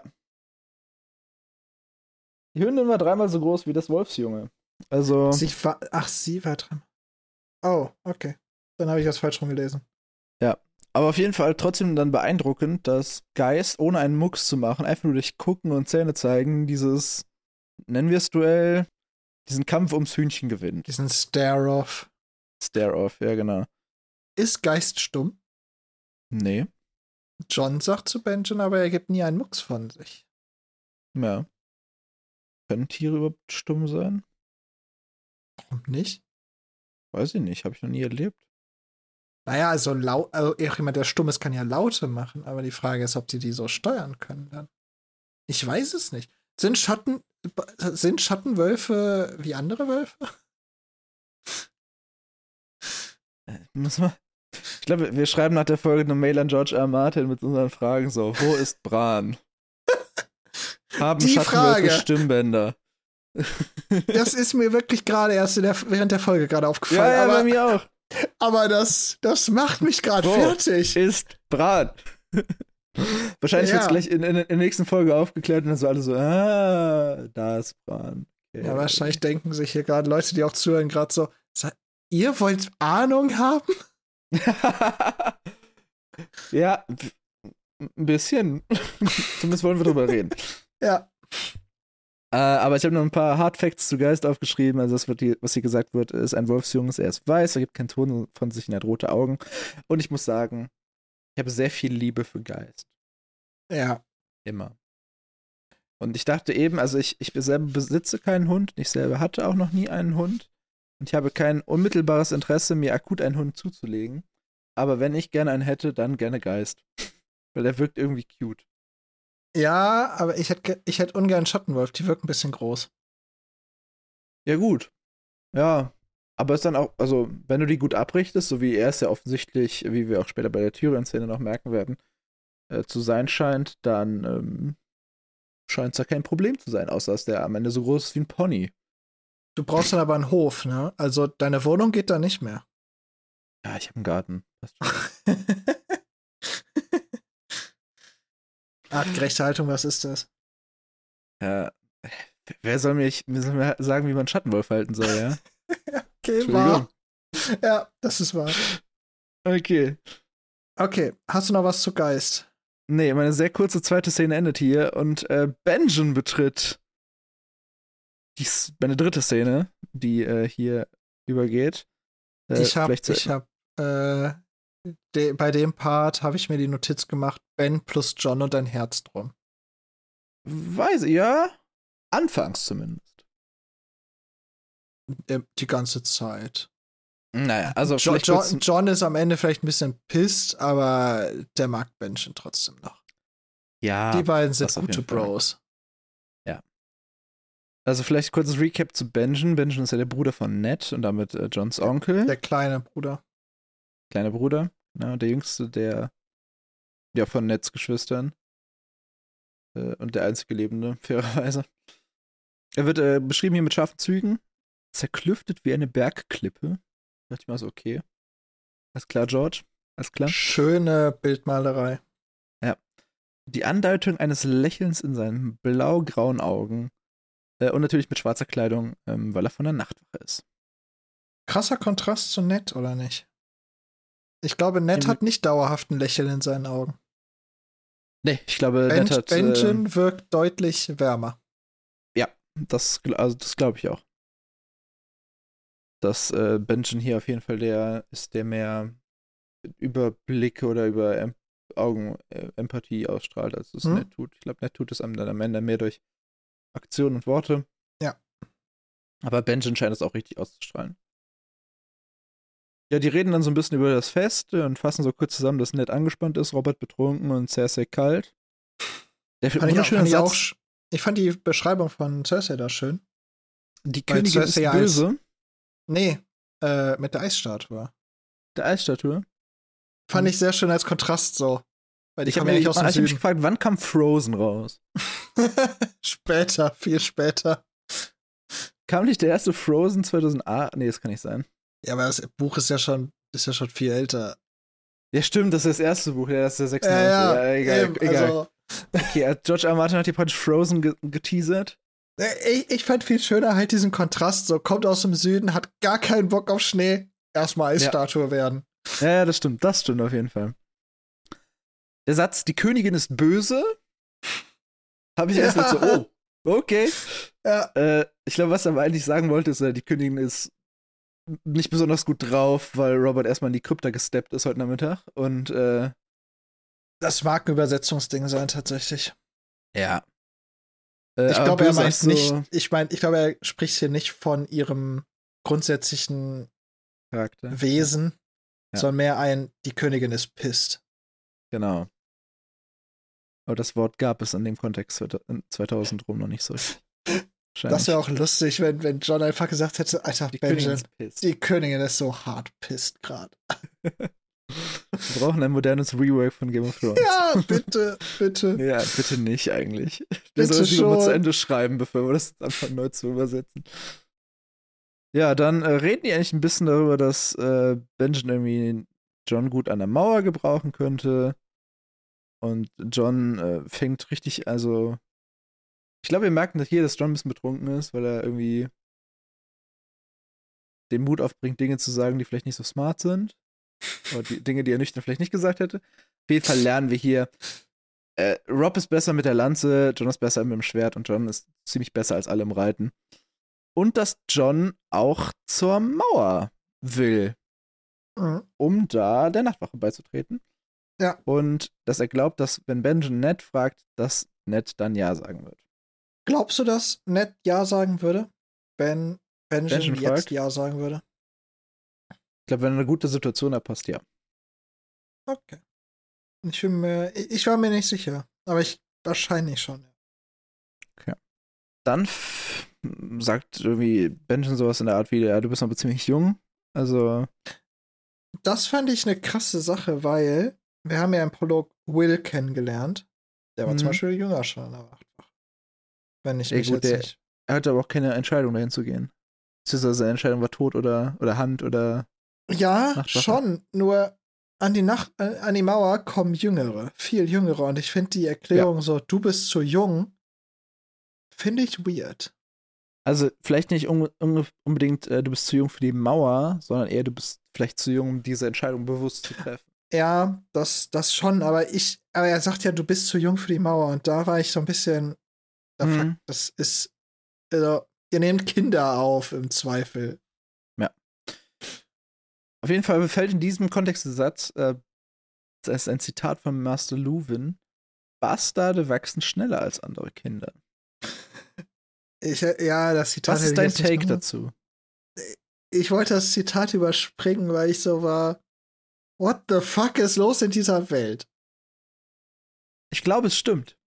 Die Hündin war dreimal so groß wie das Wolfsjunge. Also. Sie war, ach, sie war dran. Oh, okay. Dann habe ich das falsch rumgelesen. Ja. Aber auf jeden Fall trotzdem dann beeindruckend, dass Geist, ohne einen Mucks zu machen, einfach nur durch Gucken und Zähne zeigen, dieses, nennen wir es Duell, diesen Kampf ums Hühnchen gewinnt. Diesen Stare-Off. Stare-Off, ja, genau. Ist Geist stumm? Nee. John sagt zu Benjamin, aber er gibt nie einen Mucks von sich. Ja. Können Tiere überhaupt stumm sein? Warum nicht? Weiß ich nicht, habe ich noch nie erlebt. Naja, also, lau also jemand, der stumm ist, kann ja Laute machen, aber die Frage ist, ob sie die so steuern können dann. Ich weiß es nicht. Sind Schatten, sind Schattenwölfe wie andere Wölfe? Äh, muss man. Ich glaube, wir schreiben nach der Folge eine Mail an George R. R. Martin mit unseren Fragen so: Wo ist Bran? Haben Die Schattenwölfe Frage. Stimmbänder? Das ist mir wirklich gerade erst in der, während der Folge gerade aufgefallen. Ja, ja, aber bei mir auch. aber das, das macht mich gerade Wo fertig. ist Bran? Wahrscheinlich Ja. wird es gleich in, in, in der nächsten Folge aufgeklärt und dann so alle so: Ah, da ist Bran. Okay. Ja, wahrscheinlich denken sich hier gerade Leute, die auch zuhören, gerade so: Ihr wollt Ahnung haben? Ja, ein bisschen. Zumindest wollen wir drüber reden. Ja. Äh, aber ich habe noch ein paar Hard Facts zu Geist aufgeschrieben. Also, das wird hier, was hier gesagt wird, ist ein Wolfsjunges. Er ist weiß, er gibt keinen Ton von sich und er hat rote Augen. Und ich muss sagen, ich habe sehr viel Liebe für Geist. Ja. Immer. Und ich dachte eben, also ich, ich selber besitze keinen Hund. Ich selber hatte auch noch nie einen Hund. Und ich habe kein unmittelbares Interesse, mir akut einen Hund zuzulegen. Aber wenn ich gerne einen hätte, dann gerne Geist. Weil der wirkt irgendwie cute. Ja, aber ich hätte ich hätt ungern Schattenwolf, die wirken ein bisschen groß. Ja, gut. Ja. Aber ist dann auch, also, wenn du die gut abrichtest, so wie er es ja offensichtlich, wie wir auch später bei der Tyrion-Szene noch merken werden, äh, zu sein scheint, dann ähm, scheint es ja kein Problem zu sein, außer dass der am Ende so groß ist wie ein Pony. Du brauchst dann aber einen Hof, ne? Also deine Wohnung geht da nicht mehr. Ja, ich habe einen Garten. Passt schon. Artgerechte Haltung, was ist das? Ja, wer soll mir, mir soll mir sagen, wie man einen Schattenwolf halten soll, ja? Okay, wahr. Ja, das ist wahr. Okay. Okay, hast du noch was zu Geist? Nee, meine sehr kurze zweite Szene endet hier und äh, Benjen betritt die, meine dritte Szene, die äh, hier übergeht. Äh, ich hab, vielleicht zu- ich hab, äh, de, bei dem Part habe ich mir die Notiz gemacht, Ben plus John und ein Herz drum. Weiß ich, ja. Anfangs zumindest. Äh, Die ganze Zeit. Naja, also Jo vielleicht jo wird's- John ist am Ende vielleicht ein bisschen pisst, aber der mag Ben schon trotzdem noch. ja, Die beiden sind das auf gute jeden Fall. Bros. Also vielleicht kurzes Recap zu Benjen. Benjen ist ja der Bruder von Ned und damit äh, Johns Onkel. Der kleine Bruder. Kleiner Bruder. Ja, und der jüngste der ja von Neds Geschwistern. Äh, und der einzige Lebende, fairerweise. Er wird äh, beschrieben hier mit scharfen Zügen. Zerklüftet wie eine Bergklippe. Da dachte ich mal so, okay. Alles klar, George. Alles klar. Schöne Bildmalerei. Die Andeutung eines Lächelns in seinen blau-grauen Augen. Äh, und natürlich mit schwarzer Kleidung, ähm, weil er von der Nachtwache ist. Krasser Kontrast zu Ned, oder nicht? Ich glaube, Ned Im- hat nicht dauerhaft ein Lächeln in seinen Augen. Nee, ich glaube, Ben Ned hat. Äh, Benjen wirkt deutlich wärmer. ja, das, gl- also das glaube ich auch. Dass äh, Benjen hier auf jeden Fall der ist, der mehr Überblick oder über em Augen äh, Empathie ausstrahlt, als es Hm? Ned tut. Ich glaube, Ned tut es einem dann am Ende mehr durch Aktionen und Worte. Ja. Aber Benjen scheint es auch richtig auszustrahlen. Ja, die reden dann so ein bisschen über das Fest und fassen so kurz zusammen, dass Ned angespannt ist, Robert betrunken und Cersei kalt. Der Fand ich, auch, wunderschöne fand ich, auch, Satz, sch- ich fand die Beschreibung von Cersei da schön. die weil Königin ist Cersei als- böse, Nee, äh, mit der Eisstatue. der Eisstatue. Fand Mhm. ich sehr schön als Kontrast so. Weil die Ich habe kommen ja mich, nicht aus ich dem hab mich Süden. gefragt, wann kam Frozen raus? Später, viel später. Kam nicht der erste Frozen zweitausendacht? Nee, das kann nicht sein. Ja, aber das Buch ist ja schon, ist ja schon viel älter. Ja, stimmt, das ist das erste Buch, ja, das ist der Ja, sechsundneunzig. ja, egal, eben, egal. also Okay, also George R. R. Martin hat hier praktisch Frozen ge geteasert. äh, ich, ich fand viel schöner halt diesen Kontrast, so kommt aus dem Süden, hat gar keinen Bock auf Schnee, erstmal Eisstatue werden. Ja, ja, das stimmt, das stimmt auf jeden Fall. Der Satz, die Königin ist böse, habe ich erst Ja. mit so, oh, okay. Ja, Äh, ich glaube, was er aber eigentlich sagen wollte, ist, äh, die Königin ist nicht besonders gut drauf, weil Robert erstmal in die Krypta gesteppt ist heute Nachmittag. Und, äh, das mag ein Übersetzungsding sein, tatsächlich. ja. Äh, Ich aber glaube, er böse meint heißt so- nicht, ich meine, ich glaube, er spricht hier nicht von ihrem grundsätzlichen Charakter. Wesen, Ja. sondern mehr ein, die Königin ist pisst. Genau. Aber das Wort gab es in dem Kontext zweitausend rum noch nicht so richtig. Das wäre auch lustig, wenn, wenn John einfach gesagt hätte, Alter, die Königin Benjen, ist pissed. die Königin ist so hart pisst gerade. Wir brauchen ein modernes Rework von Game of Thrones. Ja, bitte, bitte. Ja, bitte nicht eigentlich. Wir Bitte sollen es lieber mal schon. zu Ende schreiben, bevor wir das anfangen neu zu übersetzen. Ja, dann äh, reden die eigentlich ein bisschen darüber, dass äh, Benjen irgendwie John gut an der Mauer gebrauchen könnte. Und John äh, fängt richtig, also ich glaube, wir merken hier, dass John ein bisschen betrunken ist, weil er irgendwie den Mut aufbringt, Dinge zu sagen, die vielleicht nicht so smart sind. Oder die Dinge, die er nüchtern vielleicht nicht gesagt hätte. Auf jeden Fall lernen wir hier, äh, Rob ist besser mit der Lanze, John ist besser mit dem Schwert und John ist ziemlich besser als alle im Reiten. Und dass John auch zur Mauer will, Mhm. um da der Nachtwache beizutreten. Ja. Und dass er glaubt, dass, wenn Benjen Ned fragt, dass Ned dann Ja sagen wird. Glaubst du, dass Ned Ja sagen würde, wenn Benjen Benjen jetzt fragt? Ja sagen würde? Ich glaube, wenn er eine gute Situation hat, passt ja. Okay. Ich, bin mir, ich ich war mir nicht sicher, aber ich wahrscheinlich schon. Dann f- sagt irgendwie Benjen sowas in der Art wie, ja, du bist noch ziemlich jung. Also, Das fand ich eine krasse Sache, weil wir haben ja im Prolog Will kennengelernt. Der war Mhm. zum Beispiel jünger schon, aber wenn ich Ja, mich gut, jetzt der- nicht. er hatte aber auch keine Entscheidung, dahin zu gehen. Beziehungsweise seine Entscheidung war tot oder, oder Hand oder. Ja, Nachtwache. schon. Nur an die Nacht, äh, an die Mauer kommen Jüngere, viel Jüngere. Und ich finde die Erklärung so, du bist zu jung, finde ich weird. Also, vielleicht nicht un un unbedingt, äh, du bist zu jung für die Mauer, sondern eher, du bist vielleicht zu jung, um diese Entscheidung bewusst zu treffen. Ja, das, das schon, aber ich, aber er sagt ja, du bist zu jung für die Mauer. Und da war ich so ein bisschen, da Mhm. fuck, das ist, also, ihr nehmt Kinder auf im Zweifel. Auf jeden Fall fällt in diesem Kontext der Satz, äh, das ist ein Zitat von Master Luwin: Bastarde wachsen schneller als andere Kinder. Ich, ja, das Zitat. Was ist dein Take dazu? Ich wollte das Zitat überspringen, weil ich so war, what the fuck ist los in dieser Welt? Ich glaube, es stimmt.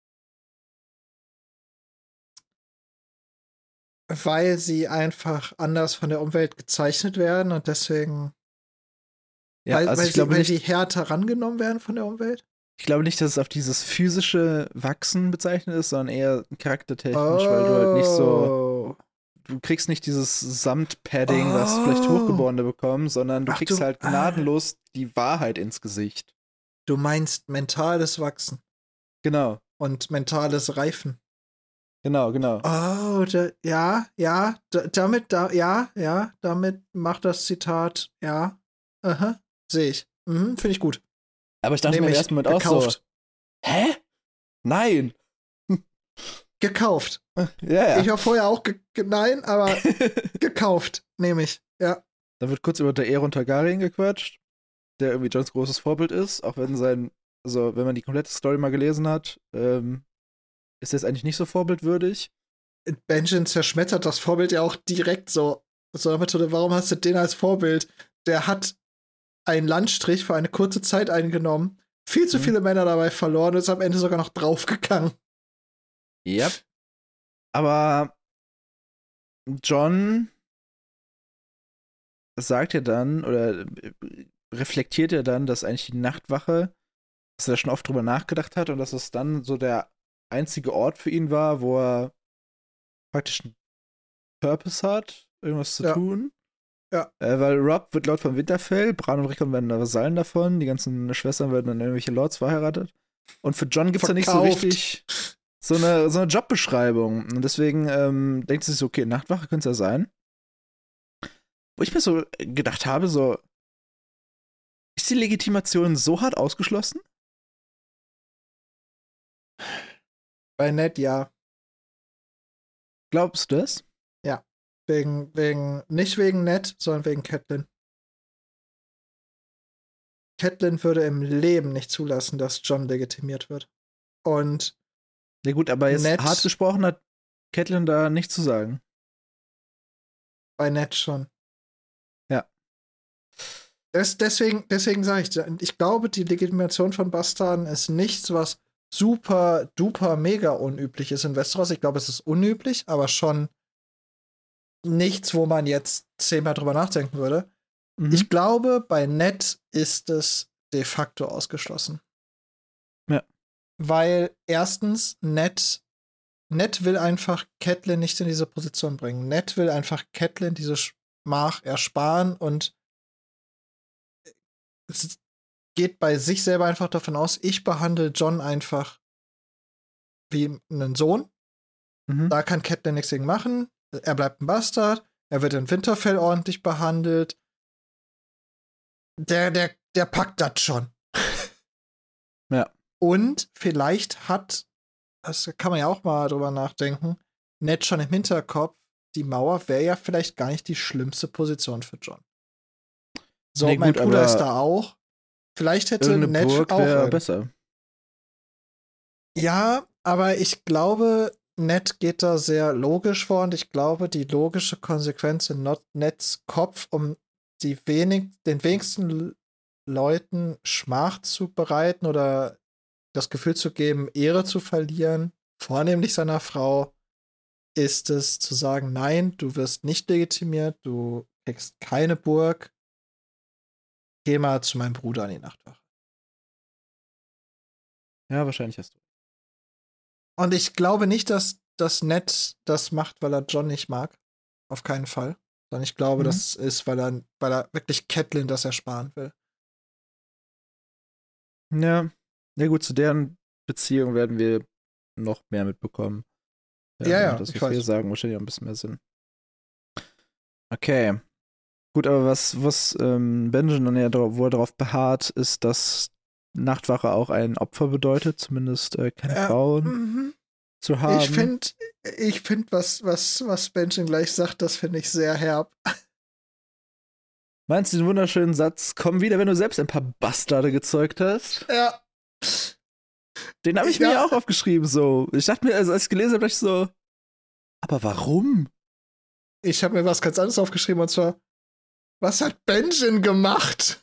Weil sie einfach anders von der Umwelt gezeichnet werden und deswegen. Ja, weil also weil, ich sie, glaube weil nicht, sie härter rangenommen werden von der Umwelt? ich glaube nicht, dass es auf dieses physische Wachsen bezeichnet ist, sondern eher charaktertechnisch, Oh. weil du halt nicht so. Du kriegst nicht dieses Samtpadding, Oh. was vielleicht Hochgeborene bekommen, sondern du Ach, kriegst du, halt gnadenlos die Wahrheit ins Gesicht. Du meinst mentales Wachsen Genau, und mentales Reifen. genau, genau. Oh, da, ja, ja, da, damit, da, ja, ja, damit macht das Zitat, ja, aha, sehe ich. Mhm, finde ich gut. Aber ich dachte Nehm mir im ich. ersten Moment auch so, Gekauft. hä? Nein. Gekauft. Ja, ja. Ich war vorher auch, ge ge nein, aber gekauft, nehme ich, ja. Da wird kurz über der Aeron Targaryen gequatscht, der irgendwie Jons großes Vorbild ist, auch wenn sein, also wenn man die komplette Story mal gelesen hat, ähm, ist er jetzt eigentlich nicht so vorbildwürdig. Benjen zerschmettert das Vorbild ja auch direkt so. So eine Methode, warum hast du den als Vorbild? Der hat einen Landstrich für eine kurze Zeit eingenommen, viel zu Mhm. viele Männer dabei verloren und ist am Ende sogar noch draufgegangen. Ja. Aber Jon sagt ja dann, oder reflektiert ja dann, dass eigentlich die Nachtwache, dass er schon oft drüber nachgedacht hat und dass es dann so der einzige Ort für ihn war, wo er praktisch einen Purpose hat, irgendwas zu Ja. tun. Ja. Äh, weil Robb wird Lord von Winterfell, Bran und Rickon werden Vasallen davon, die ganzen Schwestern werden dann irgendwelche Lords verheiratet. Und für Jon gibt es da nicht so Verkauft. richtig so eine, so eine Jobbeschreibung. Und deswegen ähm, denkt sie sich so, okay, Nachtwache könnte es ja sein. Wo ich mir so gedacht habe, so, ist die Legitimation so hart ausgeschlossen? Bei Ned ja. Glaubst du das? Wegen, wegen, nicht wegen Ned, sondern wegen Catelyn. Catelyn würde im Leben nicht zulassen, dass Jon legitimiert wird. Und Ja gut, aber jetzt Ned- hart gesprochen hat Catelyn da nichts zu sagen. bei Ned schon. Ja. Das, deswegen deswegen sage ich, ich glaube, die Legitimation von Bastarden ist nichts, was super, duper, mega unüblich ist in Westeros. Ich glaube, es ist unüblich, aber schon nichts, wo man jetzt zehnmal drüber nachdenken würde. Mhm. Ich glaube, bei Ned ist es de facto ausgeschlossen. Ja. Weil erstens, Ned, Ned will einfach Catelyn nicht in diese Position bringen. Ned will einfach Catelyn diese Schmach ersparen und es geht bei sich selber einfach davon aus, ich behandle Jon einfach wie einen Sohn. Mhm. Da kann Catelyn nichts gegen machen. Er bleibt ein Bastard. Er wird in Winterfell ordentlich behandelt. Der, der, der packt das schon. Ja. Und vielleicht hat, das kann man ja auch mal drüber nachdenken, Ned schon im Hinterkopf, die Mauer wäre ja vielleicht gar nicht die schlimmste Position für Jon. So, Nee, mein gut, Bruder aber ist da auch. Vielleicht hätte Irgendeine Ned Burg auch wäre einen. besser. Ja, aber ich glaube, Ned geht da sehr logisch vor und ich glaube, die logische Konsequenz in Not- Neds Kopf, um die wenig, den wenigsten L- Leuten Schmach zu bereiten oder das Gefühl zu geben, Ehre zu verlieren, vornehmlich seiner Frau, ist es zu sagen, nein, du wirst nicht legitimiert, du kriegst keine Burg, geh mal zu meinem Bruder an die Nachtwache. Ja, wahrscheinlich hast du. Und ich glaube nicht, dass das Ned das macht, weil er Jon nicht mag. Auf keinen Fall. Sondern ich glaube, Mhm. das ist, weil er, weil er wirklich Catelyn das ersparen will. Ja. Ja gut, zu deren Beziehung werden wir noch mehr mitbekommen. Ja, dann ja, macht das, ich was wir hier weiß. sagen, wahrscheinlich auch ein bisschen mehr Sinn. Okay. Gut, aber was, was ähm, Benjen dann ja darauf, wo er darauf beharrt, ist, dass Nachtwache auch ein Opfer bedeutet, zumindest äh, keine Äh, Frauen mhm. zu haben. Ich finde, ich find, was, was, was Benjen gleich sagt, das finde ich sehr herb. Meinst du den wunderschönen Satz, komm wieder, wenn du selbst ein paar Bastarde gezeugt hast? Ja. Den habe ich ja. mir auch aufgeschrieben, so. Ich dachte mir, also als ich gelesen habe, dachte ich so, aber warum? Ich habe mir was ganz anderes aufgeschrieben, und zwar, was hat Benjen gemacht?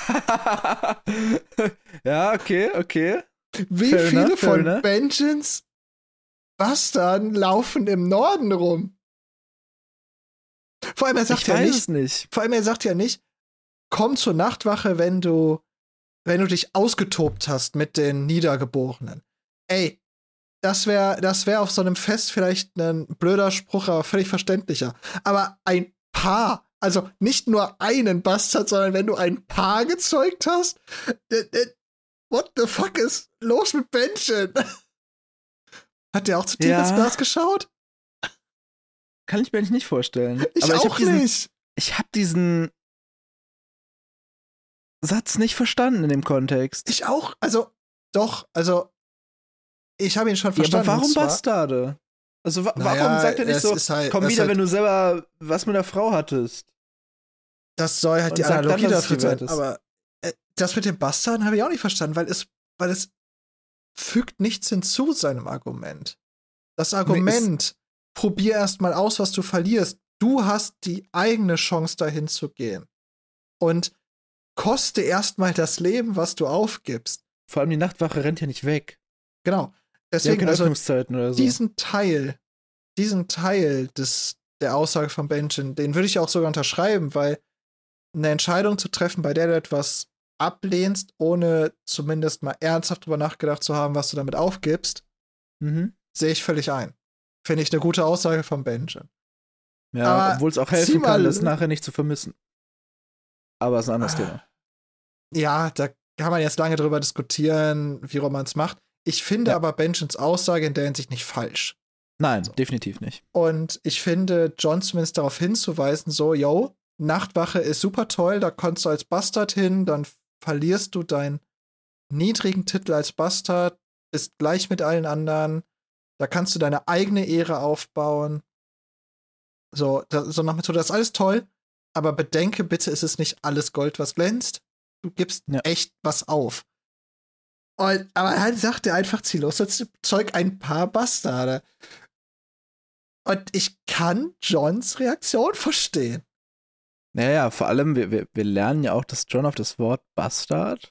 Ja, okay, okay. Wie fair viele enough, von enough. Benjens Bastarden laufen im Norden rum? Vor allem, er sagt ich ja weiß nicht, es nicht. Vor allem, er sagt ja nicht, komm zur Nachtwache, wenn du, wenn du dich ausgetobt hast mit den Niedergeborenen. Ey, das wäre das wär auf so einem Fest vielleicht ein blöder Spruch, aber völlig verständlicher. Aber ein Paar, also nicht nur einen Bastard, sondern wenn du ein Paar gezeugt hast, äh, äh, what the fuck ist los mit Benjen? Hat der auch zu tief Ja. ins Glas geschaut? Kann ich mir eigentlich nicht vorstellen. Ich aber ich auch hab diesen, nicht. Ich habe diesen Satz nicht verstanden in dem Kontext. Ich auch. Also, doch, also, ich habe ihn schon Ja, verstanden. aber warum zwar, Bastarde? Also wa Naja, warum sagt er nicht es so, ist halt- komm es wieder, halt- wenn du selber was mit der Frau hattest? Das soll halt Und die sagt dann, Analogie dass es dafür gewährt sein. ist. Aber äh, das mit den Bastarden habe ich auch nicht verstanden, weil es, weil es fügt nichts hinzu seinem Argument. Das Argument, probier erst mal aus, was du verlierst. Du hast die eigene Chance, dahin zu gehen. Und koste erst mal das Leben, was du aufgibst. Vor allem die Nachtwache rennt ja nicht weg. Genau. Die hat Deswegen, keine also, Öffnungszeiten oder so. diesen Teil, diesen Teil des, der Aussage von Benjen, den würde ich auch sogar unterschreiben, weil eine Entscheidung zu treffen, bei der du etwas ablehnst, ohne zumindest mal ernsthaft drüber nachgedacht zu haben, was du damit aufgibst, Mhm. sehe ich völlig ein. Finde ich eine gute Aussage von Benjen. Ja, Aber obwohl es auch zieh helfen kann, mal- das nachher nicht zu vermissen. Aber ist ein anderes Ah. Thema. Ja, da kann man jetzt lange drüber diskutieren, wie man es macht. Ich finde Ja. aber Benjens Aussage in der Hinsicht nicht falsch. Nein, definitiv nicht. Und ich finde, John zumindest darauf hinzuweisen, so, yo, Nachtwache ist super toll, da kommst du als Bastard hin, dann verlierst du deinen niedrigen Titel als Bastard, bist gleich mit allen anderen, da kannst du deine eigene Ehre aufbauen. So, da, so nach Methode, das ist alles toll, aber bedenke bitte, es ist nicht alles Gold, was glänzt. Du gibst Ja. echt was auf. Und, aber dann sagt er einfach ziellos, jetzt zeug ein paar Bastarde. Und ich kann Johns Reaktion verstehen. Naja, vor allem, wir, wir, wir lernen ja auch, dass John auf das Wort Bastard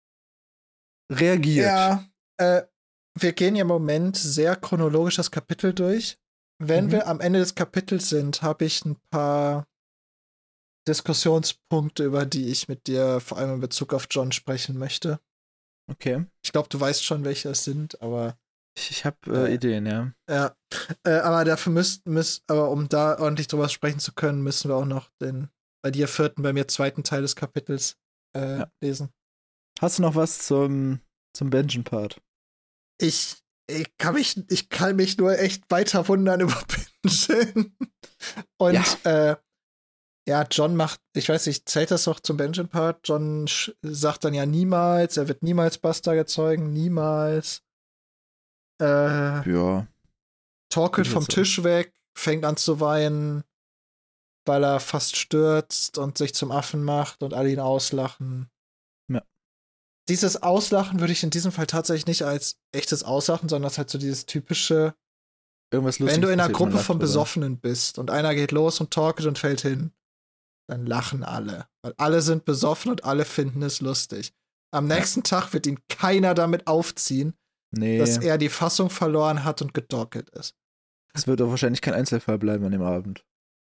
reagiert. Ja, äh, wir gehen ja im Moment sehr chronologisch das Kapitel durch. Wenn Mhm. wir am Ende des Kapitels sind, habe ich ein paar Diskussionspunkte, über die ich mit dir vor allem in Bezug auf John sprechen möchte. Okay. Ich glaube, du weißt schon, welche es sind, aber Ich, ich habe äh, Äh. Ideen, ja. ja. Äh, aber dafür müsst, müsst, aber um da ordentlich drüber sprechen zu können, müssen wir auch noch den bei dir vierten, bei mir zweiten Teil des Kapitels äh, Ja. lesen. Hast du noch was zum, zum Benjen-Part? Ich, ich, kann mich, ich kann mich nur echt weiter wundern über Benjen. Und ja. Äh, ja, John macht, ich weiß nicht, zählt das noch zum Benjen-Part? John sch- sagt dann ja niemals, er wird niemals Bastard erzeugen, niemals. Äh, Ja. torkelt Ich vom würd Tisch weg, fängt an zu weinen, weil er fast stürzt und sich zum Affen macht und alle ihn auslachen. Ja. Dieses Auslachen würde ich in diesem Fall tatsächlich nicht als echtes Auslachen, sondern als halt so dieses typische, Irgendwas Lustiges wenn du in einer passiert, man Gruppe lacht von drüber. Besoffenen bist und einer geht los und torkelt und fällt hin, dann lachen alle. Weil alle sind besoffen und alle finden es lustig. Am nächsten Tag wird ihn keiner damit aufziehen, Nee, dass er die Fassung verloren hat und gedorkelt ist. es wird doch wahrscheinlich kein Einzelfall bleiben an dem Abend.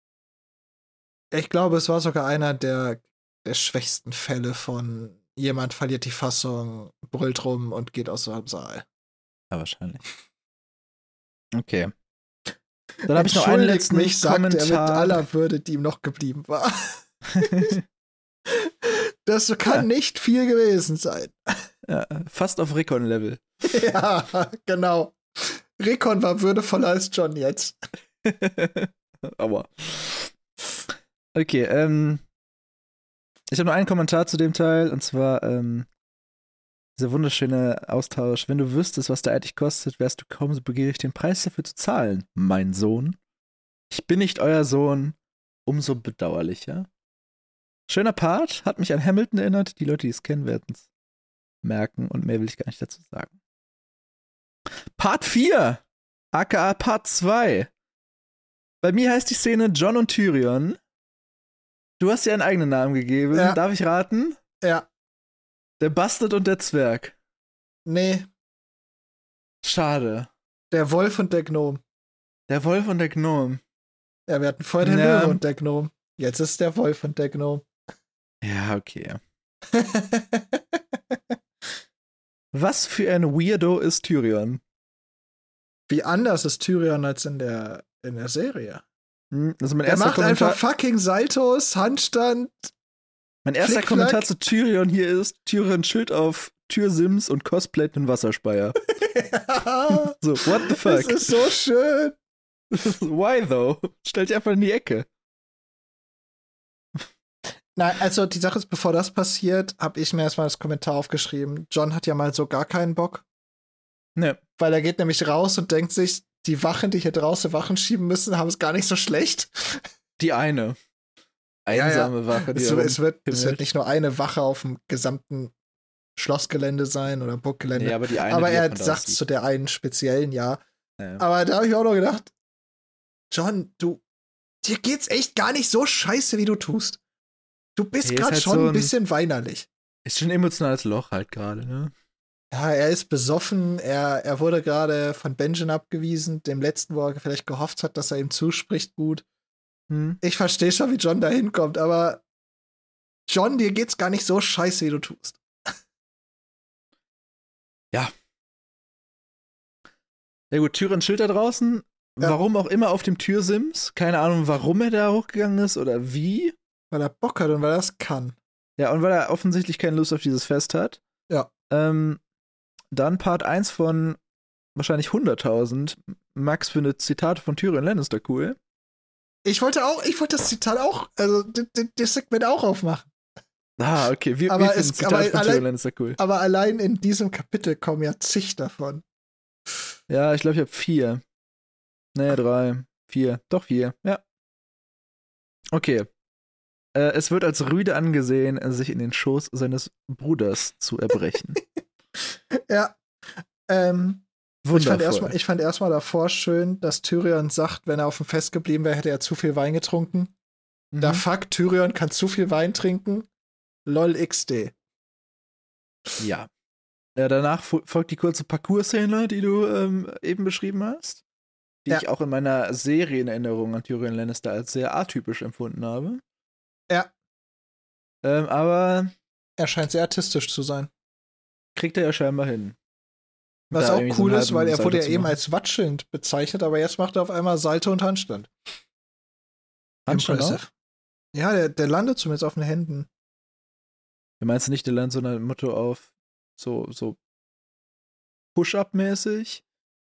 Ich glaube, es war sogar einer der, der schwächsten Fälle von jemand verliert die Fassung, brüllt rum und geht aus dem Saal. Ja, wahrscheinlich. Okay. Dann habe ich noch einen Entschuldigt letzten mich, sagt er mit Kommentar. aller Würde, die ihm noch geblieben war. Das kann Ja. nicht viel gewesen sein. Ja, fast auf Recon-Level. Ja, genau. Recon war würdevoller als John jetzt. Aber. Okay, ähm. Ich habe noch einen Kommentar zu dem Teil, und zwar, ähm, dieser wunderschöne Austausch. Wenn du wüsstest, was der eigentlich kostet, wärst du kaum so begierig, den Preis dafür zu zahlen, mein Sohn. Ich bin nicht euer Sohn, umso bedauerlicher. Schöner Part, hat mich an Hamilton erinnert. Die Leute, die es kennen, werden es merken und mehr will ich gar nicht dazu sagen. Part vier, aka Part zwei. Bei mir heißt die Szene Jon und Tyrion. Du hast dir einen eigenen Namen gegeben. Ja. Darf ich raten? Ja. Der Bastard und der Zwerg. Nee, Schade. der Wolf und der Gnom. Der Wolf und der Gnom. Ja, wir hatten vorher den Ja. Löwe und der Gnom. Jetzt ist der Wolf und der Gnom. Ja, okay. Was für ein Weirdo ist Tyrion? Wie anders ist Tyrion als in der, in der Serie? Hm, Also mein Er erster, macht Kommentar, einfach fucking Saltos, Handstand. mein erster Flickflack. Kommentar zu Tyrion hier ist: Tyrion Schild auf Türsims und cosplayt einen Wasserspeier. Ja, So, what the das fuck? ist so schön. Why though? Stell dich einfach in die Ecke. Nein, also die Sache ist, bevor das passiert, habe ich mir erstmal das Kommentar aufgeschrieben. Jon hat ja mal so gar keinen Bock. Ne. Weil er geht nämlich raus und denkt sich, die Wachen, die hier draußen Wachen schieben müssen, haben es gar nicht so schlecht. Die eine. Ja, ja. Einsame Wache, die Es, herum- es, wird, es wird himmelt. nicht nur eine Wache auf dem gesamten Schlossgelände sein oder Burggelände. Nee, aber die eine, aber die er von da sagt aussieht. zu der einen speziellen, ja. Ja. Aber da habe ich auch noch gedacht, Jon, du, dir geht's echt gar nicht so scheiße, wie du tust. Du bist Nee, ist gerade halt schon so ein ein- bisschen weinerlich. Ist schon ein emotionales Loch halt gerade, ne? Ja, er ist besoffen, er, er wurde gerade von Benjen abgewiesen, dem letzten, wo er vielleicht gehofft hat, dass er ihm zuspricht, gut. Hm. Ich verstehe schon, wie Jon da hinkommt, aber Jon, dir geht's gar nicht so scheiße, wie du tust. Ja gut, Tyrion Schild da draußen. Ja. Warum auch immer auf dem Türsims. Keine Ahnung, warum er da hochgegangen ist oder wie. Weil er Bock hat und weil er das kann. Ja, und weil er offensichtlich keine Lust auf dieses Fest hat. Ja. Ähm, dann Part eins von wahrscheinlich hunderttausend. Max findet Zitate von Tyrion Lannister cool. Ich wollte auch, ich wollte das Zitat auch, also d- d- das Segment auch aufmachen. Ah, okay. Wir, Aber wir finden es- Zitate aber von allein- Tyrion Lannister cool. Aber allein in diesem Kapitel kommen ja zig davon. Ja, ich glaube, ich habe vier. Nee, drei. Vier. Doch vier. Ja. Okay. Äh, es wird als rüde angesehen, sich in den Schoß seines Bruders zu erbrechen. Ja. Ähm, ich Wundervoll. fand erstmal ich fand erstmal davor schön, dass Tyrion sagt, wenn er auf dem Fest geblieben wäre, hätte er zu viel Wein getrunken. Mhm. Da fuck, Tyrion kann zu viel Wein trinken. Lol X D. Ja. Ja, danach fo- folgt die kurze Parcours-Szene, die du ähm, eben beschrieben hast. Die Ja. ich auch in meiner Serienerinnerung an Tyrion Lannister als sehr atypisch empfunden habe. Ja. Ähm, aber Er scheint sehr artistisch zu sein. kriegt er ja scheinbar hin. Was Da auch irgendwie so cool einen ist, weil halben er wurde ja Salto zu eben machen. als watschelnd bezeichnet, aber jetzt macht er auf einmal Salto und Handstand. Handstand auch? Impressive. Ja, der, der landet zumindest auf den Händen. Du meinst nicht, der lernt so ein Motto auf so, so Push-Up-mäßig?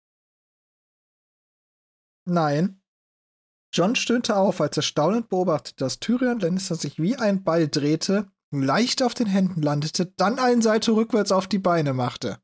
Nein. Jon stöhnte auf, als er staunend beobachtete, dass Tyrion Lannister sich wie ein Ball drehte, leicht auf den Händen landete, dann einen Salto rückwärts auf die Beine machte.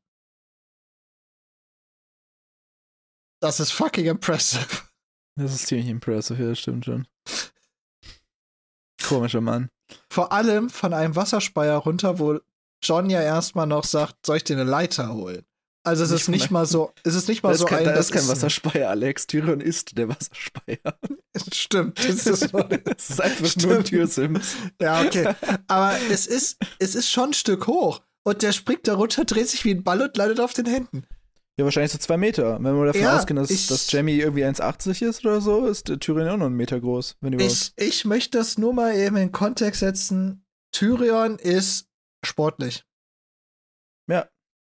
Das ist fucking impressive. Das ist ziemlich impressive, ja, das stimmt schon. Komischer Mann. Vor allem von einem Wasserspeier runter, wo Jon ja erstmal noch sagt, soll ich dir eine Leiter holen? Also es Nicht ist nicht von- mal so, es ist nicht mal Das so ist kein, ein, das ist kein ein- Wasserspeier, Alex. Tyrion ist der Wasserspeier. Stimmt, das ist so. Es ist einfach nur ein Stimmt. Türsims. Ja, okay. Aber es ist, es ist schon ein Stück hoch. Und der springt da runter, dreht sich wie ein Ball und landet auf den Händen. Ja, wahrscheinlich so zwei Meter. Wenn wir davon Ja, ausgehen, dass, ich- dass Jamie irgendwie eins achtzig ist oder so, ist der Tyrion auch noch einen Meter groß, wenn überhaupt. Ich, ich möchte das nur mal eben in Kontext setzen. Tyrion ist sportlich. Ja.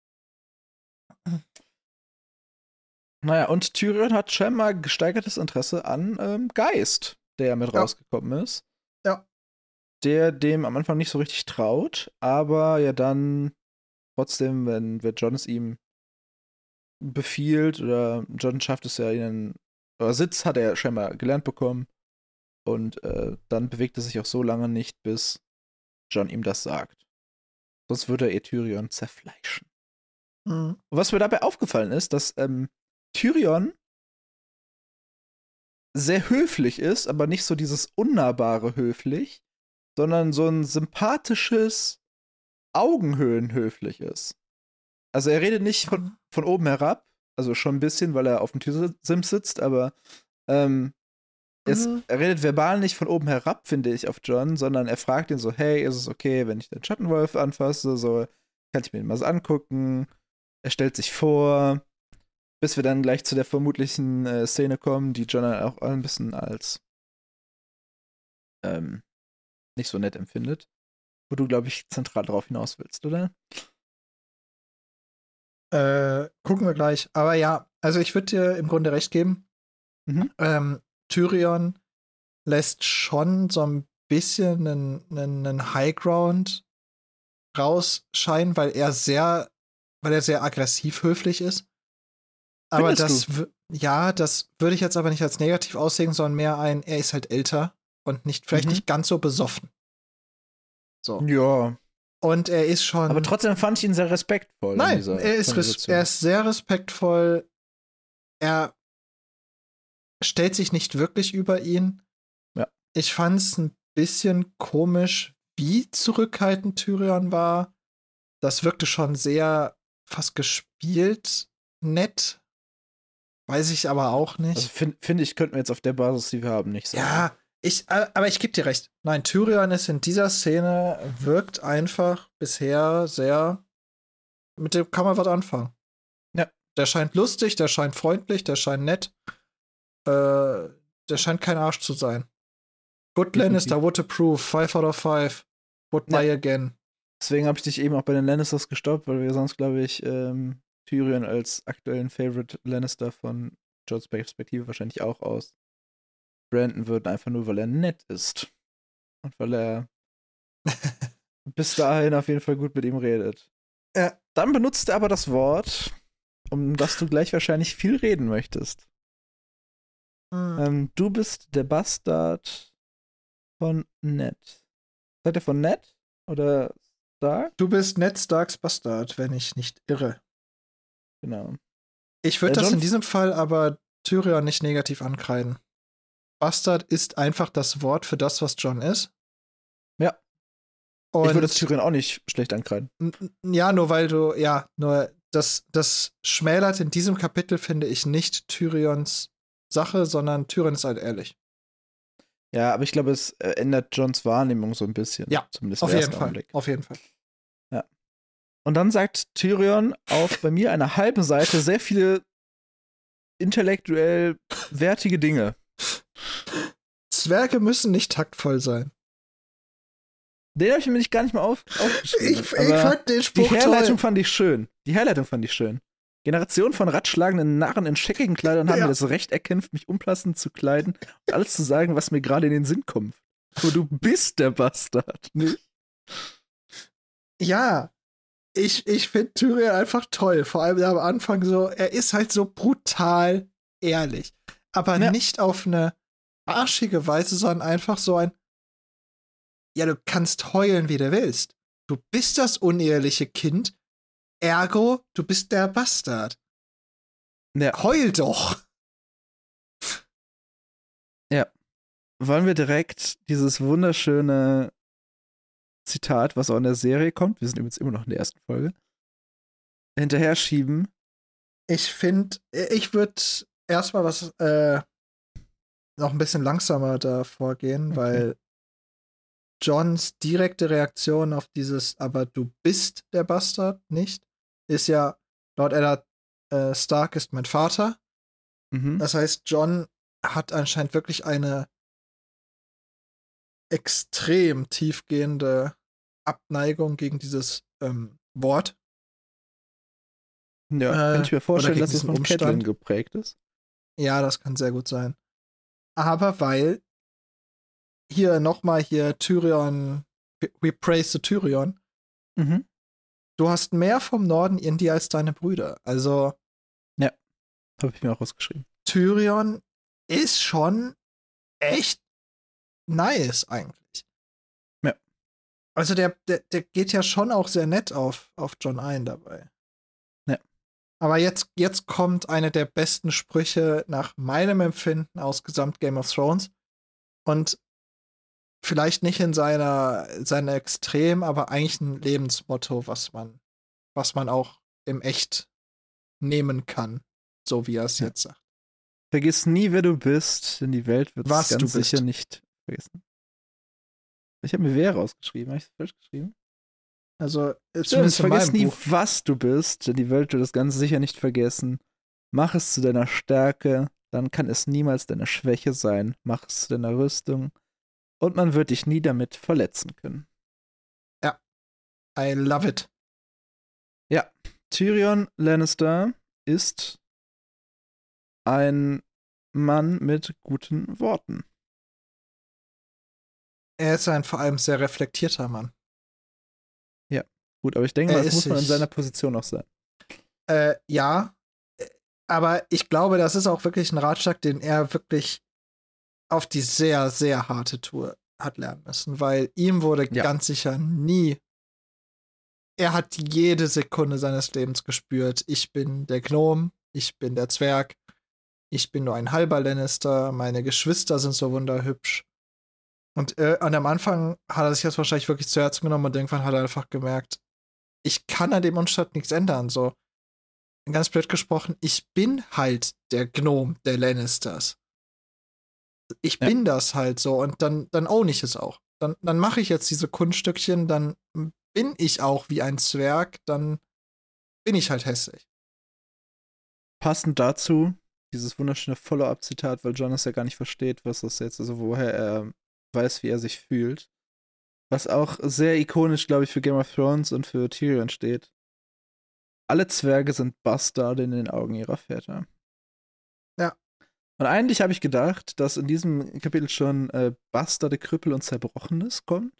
Naja, und Tyrion hat scheinbar gesteigertes Interesse an ähm, Geist, der mit Ja. rausgekommen ist. Ja. Der dem am Anfang nicht so richtig traut, aber ja dann trotzdem, wenn, wenn Jon es ihm befiehlt oder Jon schafft es ja, ihn, oder Sitz hat er scheinbar gelernt bekommen und äh, dann bewegt er sich auch so lange nicht, bis Jon ihm das sagt. Sonst würde er Tyrion zerfleischen. Mhm. Und was mir dabei aufgefallen ist, dass ähm, Tyrion sehr höflich ist, aber nicht so dieses unnahbare höflich, sondern so ein sympathisches Augenhöhenhöfliches. Also er redet nicht von, von oben herab, also schon ein bisschen, weil er auf dem Türsims sitzt, aber ähm, es, Mhm. er redet verbal nicht von oben herab, finde ich, auf John, sondern er fragt ihn so, hey, ist es okay, wenn ich den Schattenwolf anfasse? So, kann ich mir den mal so angucken? Er stellt sich vor, bis wir dann gleich zu der vermutlichen äh, Szene kommen, die John auch ein bisschen als ähm, nicht so nett empfindet. Wo du, glaube ich, zentral drauf hinaus willst, oder? Äh, gucken wir gleich. Aber ja, also ich würde dir im Grunde recht geben. Mhm. Ähm, Tyrion lässt schon so ein bisschen einen, einen, einen Highground rausscheinen, weil er sehr, weil er sehr aggressiv höflich ist. Aber Findest das, du? w- ja, das würde ich jetzt aber nicht als negativ auslegen, sondern mehr ein, er ist halt älter und nicht, vielleicht Mhm. nicht ganz so besoffen. So. Ja. Und er ist Aber schon, trotzdem fand ich ihn sehr respektvoll in nein, dieser er ist, res er Konversation. ist sehr respektvoll. Er stellt sich nicht wirklich über ihn. Ja. Ich fand es ein bisschen komisch, wie zurückhaltend Tyrion war. Das wirkte schon sehr fast gespielt nett. Weiß ich aber auch Also nicht. finde find ich, könnten wir jetzt auf der Basis, die wir haben, nicht sagen. Ja, ich, äh, aber ich gebe dir recht. Nein, Tyrion ist in dieser Szene, wirkt einfach bisher sehr, mit dem kann man was anfangen. Ja. Der scheint lustig, der scheint freundlich, der scheint nett. Äh, der scheint kein Arsch zu sein. Good Definitiv. Lannister, would approve, five out of five. Would Ja. buy again. Deswegen habe ich dich eben auch bei den Lannisters gestoppt, weil wir sonst, glaube ich, ähm, Tyrion als aktuellen Favorite Lannister von Georges Perspektive wahrscheinlich auch aus Brandon würden, einfach nur, weil er nett ist. Und weil er bis dahin auf jeden Fall gut mit ihm redet. Ja. Dann benutzt er aber das Wort, um das du gleich wahrscheinlich viel reden möchtest. Hm. Ähm, du bist der Bastard von Ned. Seid ihr von Ned? Oder Stark? Du bist Ned Starks Bastard, wenn ich nicht irre. Genau. Ich würde Ja, das John in diesem Fall aber Tyrion nicht negativ ankreiden. Bastard ist einfach das Wort für das, was John ist. Ja. Und Ich würde das Tyrion auch nicht schlecht ankreiden. ja, nur weil du, ja, nur das, das schmälert in diesem Kapitel, finde ich, nicht Tyrions Sache, sondern Tyrion ist halt ehrlich. Ja, aber ich glaube, es äh, ändert Johns Wahrnehmung so ein bisschen. Ja, Zumindest auf im jeden ersten Fall. Augenblick. Auf jeden Fall. Ja. Und dann sagt Tyrion auf bei mir einer halben Seite sehr viele intellektuell wertige Dinge. Zwerge müssen nicht taktvoll sein. Den habe ich mir nicht gar nicht mal auf, aufgeschrieben. Ich, ich aber fand den Spruch die Herleitung toll. fand ich schön. Die Herleitung fand ich schön. Generation von ratschlagenden Narren in scheckigen Kleidern haben Ja. mir das Recht erkämpft, mich unpassend zu kleiden und alles zu sagen, was mir gerade in den Sinn kommt. Aber du bist der Bastard, nicht? Ja, ich, ich finde Tyrion einfach toll. Vor allem am Anfang so, er ist halt so brutal ehrlich. Aber Ja. nicht auf eine arschige Weise, sondern einfach so ein, ja, du kannst heulen, wie du willst. Du bist das uneheliche Kind, ergo, du bist der Bastard. Ja. Heul doch! Wollen wir direkt dieses wunderschöne Zitat, was auch in der Serie kommt, wir sind übrigens immer noch in der ersten Folge, hinterher schieben? Ich finde, ich würde erstmal was, äh, noch ein bisschen langsamer da vorgehen, Okay. weil Johns direkte Reaktion auf dieses, aber du bist der Bastard nicht, ist ja, laut Eddard äh, Stark ist mein Vater. Mhm. Das heißt, John hat anscheinend wirklich eine extrem tiefgehende Abneigung gegen dieses ähm, Wort. Ja, Äh, kann ich mir oder vorstellen, gegen dass es diesen von Catelyn Umstand. geprägt ist. Ja, das kann sehr gut sein. Aber weil hier nochmal hier Tyrion, we praise the Tyrion, Mhm. du hast mehr vom Norden in dir als deine Brüder. Also Habe ich mir auch rausgeschrieben. Tyrion ist schon echt nice eigentlich. Ja. Also der, der, der geht ja schon auch sehr nett auf, auf Jon ein dabei. Ja. Aber jetzt, jetzt kommt eine der besten Sprüche nach meinem Empfinden aus Gesamt Game of Thrones. Und vielleicht nicht in seiner, seiner Extrem, aber eigentlich ein Lebensmotto, was man, was man auch im Echt nehmen kann, so wie er es Ja. jetzt sagt. Vergiss nie, wer du bist, denn die Welt wird es Was du ganz sicher bist. nicht vergessen. Ich habe mir wer rausgeschrieben. Habe ich das falsch geschrieben? Also, äh, Stimmt, zumindest in vergiss meinem nie, Buch. was du bist, denn die Welt wird es ganz sicher nicht vergessen. Mach es zu deiner Stärke, dann kann es niemals deine Schwäche sein. Mach es zu deiner Rüstung und man wird dich nie damit verletzen können. Ja, I love it. Ja, Tyrion Lannister ist ein Mann mit guten Worten. Er ist ein vor allem sehr reflektierter Mann. Ja, gut, aber ich denke Er mal, das ist muss man in sich- seiner Position auch sein. Äh, ja, äh, aber ich glaube, das ist auch wirklich ein Ratschlag, den er wirklich auf die sehr, sehr harte Tour hat lernen müssen, weil ihm wurde Ja. ganz sicher nie. Er hat jede Sekunde seines Lebens gespürt, ich bin der Gnom, ich bin der Zwerg, ich bin nur ein halber Lannister, meine Geschwister sind so wunderhübsch. Und, äh, und am Anfang hat er sich das wahrscheinlich wirklich zu Herzen genommen und irgendwann hat er einfach gemerkt, ich kann an dem Umstand nichts ändern. So, ganz blöd gesprochen, ich bin halt der Gnom der Lannisters. Ich Ja. bin das halt so und dann, dann own ich es auch. Dann, dann mache ich jetzt diese Kunststückchen, dann bin ich auch wie ein Zwerg, dann bin ich halt hässlich. Passend dazu, dieses wunderschöne Follow-up-Zitat, weil John es ja gar nicht versteht, was das jetzt, also woher er weiß, wie er sich fühlt. Was auch sehr ikonisch, glaube ich, für Game of Thrones und für Tyrion steht. Alle Zwerge sind Bastarde in den Augen ihrer Väter. Ja. Und eigentlich habe ich gedacht, dass in diesem Kapitel schon äh, Bastarde, Krüppel und Zerbrochenes kommt.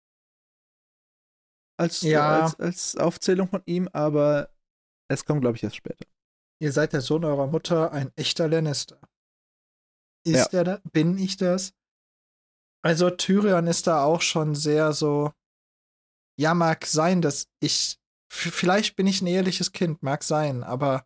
Als, Ja. als, als Aufzählung von ihm, aber es kommt, glaube ich, erst später. Ihr seid der Sohn eurer Mutter, ein echter Lannister. Ist Ja. er da? Bin ich das? Also Tyrion ist da auch schon sehr so, ja, mag sein, dass ich, f- vielleicht bin ich ein ehrliches Kind, mag sein, aber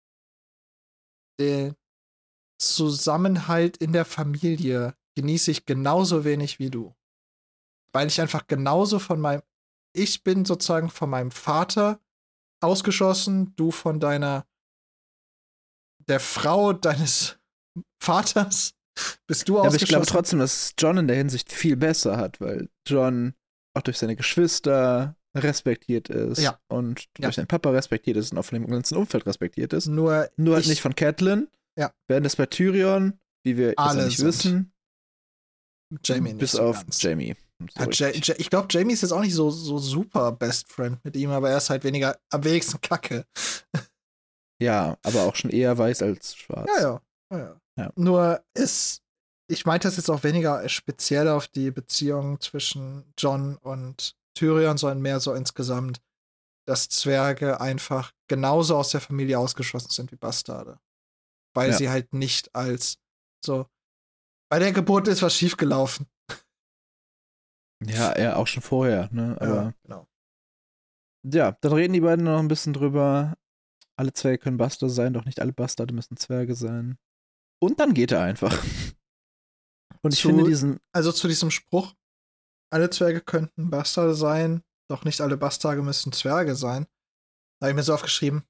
den Zusammenhalt in der Familie genieße ich genauso wenig wie du. Weil ich einfach genauso von meinem, ich bin sozusagen von meinem Vater ausgeschlossen, du von deiner, der Frau deines Vaters bist du Ja, aber ich glaube ausgeschlossen. trotzdem, dass John in der Hinsicht viel besser hat, weil John auch durch seine Geschwister respektiert ist Ja. und Ja. durch seinen Papa respektiert ist und auch von dem ganzen Umfeld respektiert ist. Nur, Nur halt ich, nicht von Catelyn. Ja. Während es bei Tyrion, wie wir jetzt Alle ja nicht sind. wissen, Jamie nicht bis so auf ganz. Jamie. So Ja, Ja- richtig. Ja- ich glaube, Jamie ist jetzt auch nicht so, so super Best Friend mit ihm, aber er ist halt weniger, am wenigsten Kacke. Ja, aber auch schon eher weiß als schwarz. Ja, ja. ja, ja. Ja. Nur ist, ich meinte das jetzt auch weniger speziell auf die Beziehung zwischen John und Tyrion, sondern mehr so insgesamt, dass Zwerge einfach genauso aus der Familie ausgeschlossen sind wie Bastarde. Weil Ja. sie halt nicht als so, bei der Geburt ist was schiefgelaufen. Ja, er auch schon vorher, ne? Aber Ja, genau. ja, dann reden die beiden noch ein bisschen drüber. Alle Zwerge können Bastarde sein, doch nicht alle Bastarde müssen Zwerge sein. Und dann geht er einfach. Und ich Zu- finde diesen, Also zu diesem Spruch, alle Zwerge könnten Bastarde sein, doch nicht alle Bastarde müssen Zwerge sein, da habe ich mir so aufgeschrieben,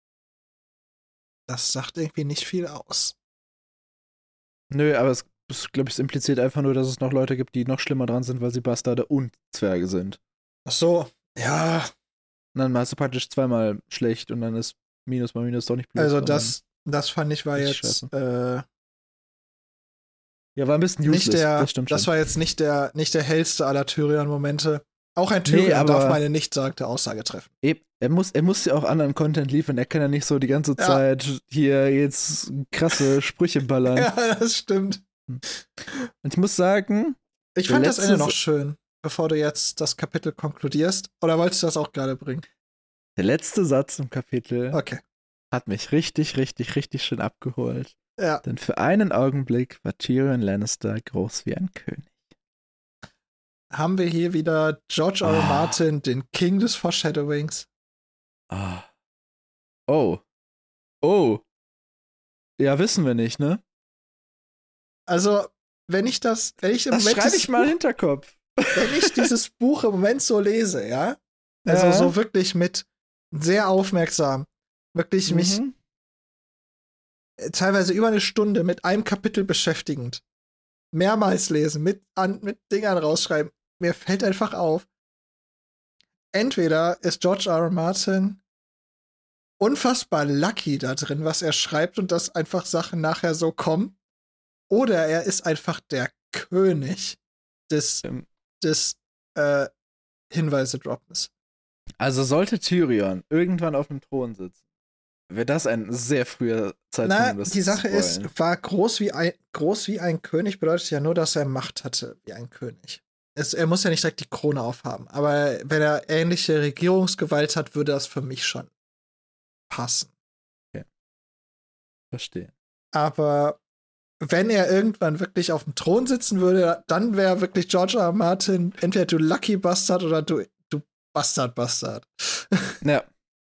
das sagt irgendwie nicht viel aus. nö, aber es, es glaube ich, es impliziert einfach nur, dass es noch Leute gibt, die noch schlimmer dran sind, weil sie Bastarde und Zwerge sind. Ach so, ja, Und dann hast du praktisch zweimal schlecht und dann ist Minus mal Minus doch nicht Plus. also und das, das fand ich war Richtig jetzt äh, dann- Ja, war ein bisschen useless, nicht der, das stimmt schon. war jetzt nicht der, nicht der hellste aller Tyrion-Momente. Auch ein Nee, Tyrion aber- darf meine nicht sagte Aussage treffen. Eben, er muss, er muss ja auch anderen Content liefern. Er kann ja nicht so die ganze Ja. Zeit hier jetzt krasse Sprüche ballern. Ja, das stimmt. Und ich muss sagen, Ich Der fand das letzte Ende noch Sa- schön, bevor du jetzt das Kapitel konkludierst. Oder wolltest du das auch gerade bringen? der letzte Satz im Kapitel Okay. hat mich richtig, richtig, richtig schön abgeholt. Ja. Denn für einen Augenblick war Tyrion Lannister groß wie ein König. Haben wir hier wieder George R. R. Ah. Martin, den King des Foreshadowings. Ah. Oh. Oh. Ja, wissen wir nicht, ne? Also, wenn ich das, wenn ich im Das Moment schreibe dieses ich mal in den Buch, Hinterkopf. wenn ich dieses Buch im Moment so lese, ja, also Ja. so wirklich mit sehr aufmerksam, wirklich mich Mhm. äh, teilweise über eine Stunde mit einem Kapitel beschäftigend, mehrmals lesen, mit, an, mit Dingern rausschreiben, mir fällt einfach auf, entweder ist George R. R. Martin unfassbar lucky da drin, was er schreibt und dass einfach Sachen nachher so kommen, oder er ist einfach der König des, Ähm, des äh, Hinweise-Droppens. Also sollte Tyrion irgendwann auf dem Thron sitzen, wäre das ein sehr früher Zeitpunkt, Na, um das die zu Sache ist, spoilen. war groß wie ein, groß wie ein König bedeutet ja nur, dass er Macht hatte wie ein König. Es, er muss ja nicht direkt die Krone aufhaben, aber wenn er ähnliche Regierungsgewalt hat, würde das für mich schon passen. Okay. Verstehe. Aber wenn er irgendwann wirklich auf dem Thron sitzen würde, dann wäre wirklich George R. R. Martin entweder du Lucky Bastard oder du, du Bastard Bastard. Ja.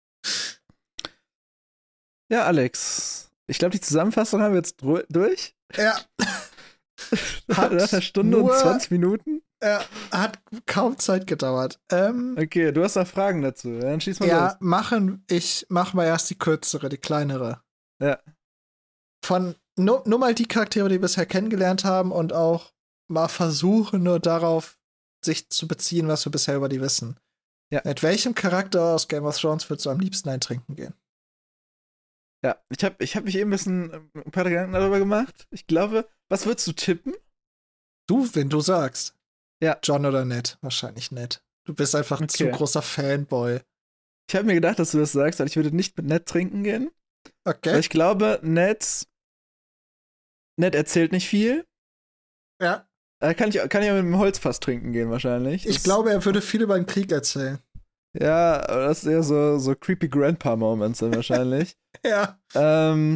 Ja, Alex. Ich glaube, die Zusammenfassung haben wir jetzt dru- durch. Er Nach hat einer Stunde und nur, zwanzig Minuten. er hat kaum Zeit gedauert. Ähm, Okay, du hast noch Fragen dazu. Ja, dann schieß mal ja, los. machen, ich mach mal erst die kürzere, die kleinere. Ja. Von nur, nur mal die Charaktere, die wir bisher kennengelernt haben und auch mal versuchen, nur darauf sich zu beziehen, was wir bisher über die wissen. Ja. Mit welchem Charakter aus Game of Thrones würdest du am liebsten ein Trinken gehen? Ja, ich habe ich hab mich eben ein bisschen ähm, ein paar Gedanken darüber gemacht. Ich glaube, was würdest du tippen? Du, wenn du sagst. Ja. John oder Ned? Wahrscheinlich Ned. Du bist einfach Okay. zu großer Fanboy. Ich habe mir gedacht, dass du das sagst, weil ich würde nicht mit Ned trinken gehen. Okay. Weil ich glaube, Ned, Ned erzählt nicht viel. Ja. Da kann ich, kann ich auch mit dem Holzfass trinken gehen wahrscheinlich. Ich Das, glaube, er würde viel über den Krieg erzählen. Ja, aber das ist eher so, so creepy Grandpa-Moments dann wahrscheinlich. Ja. ähm,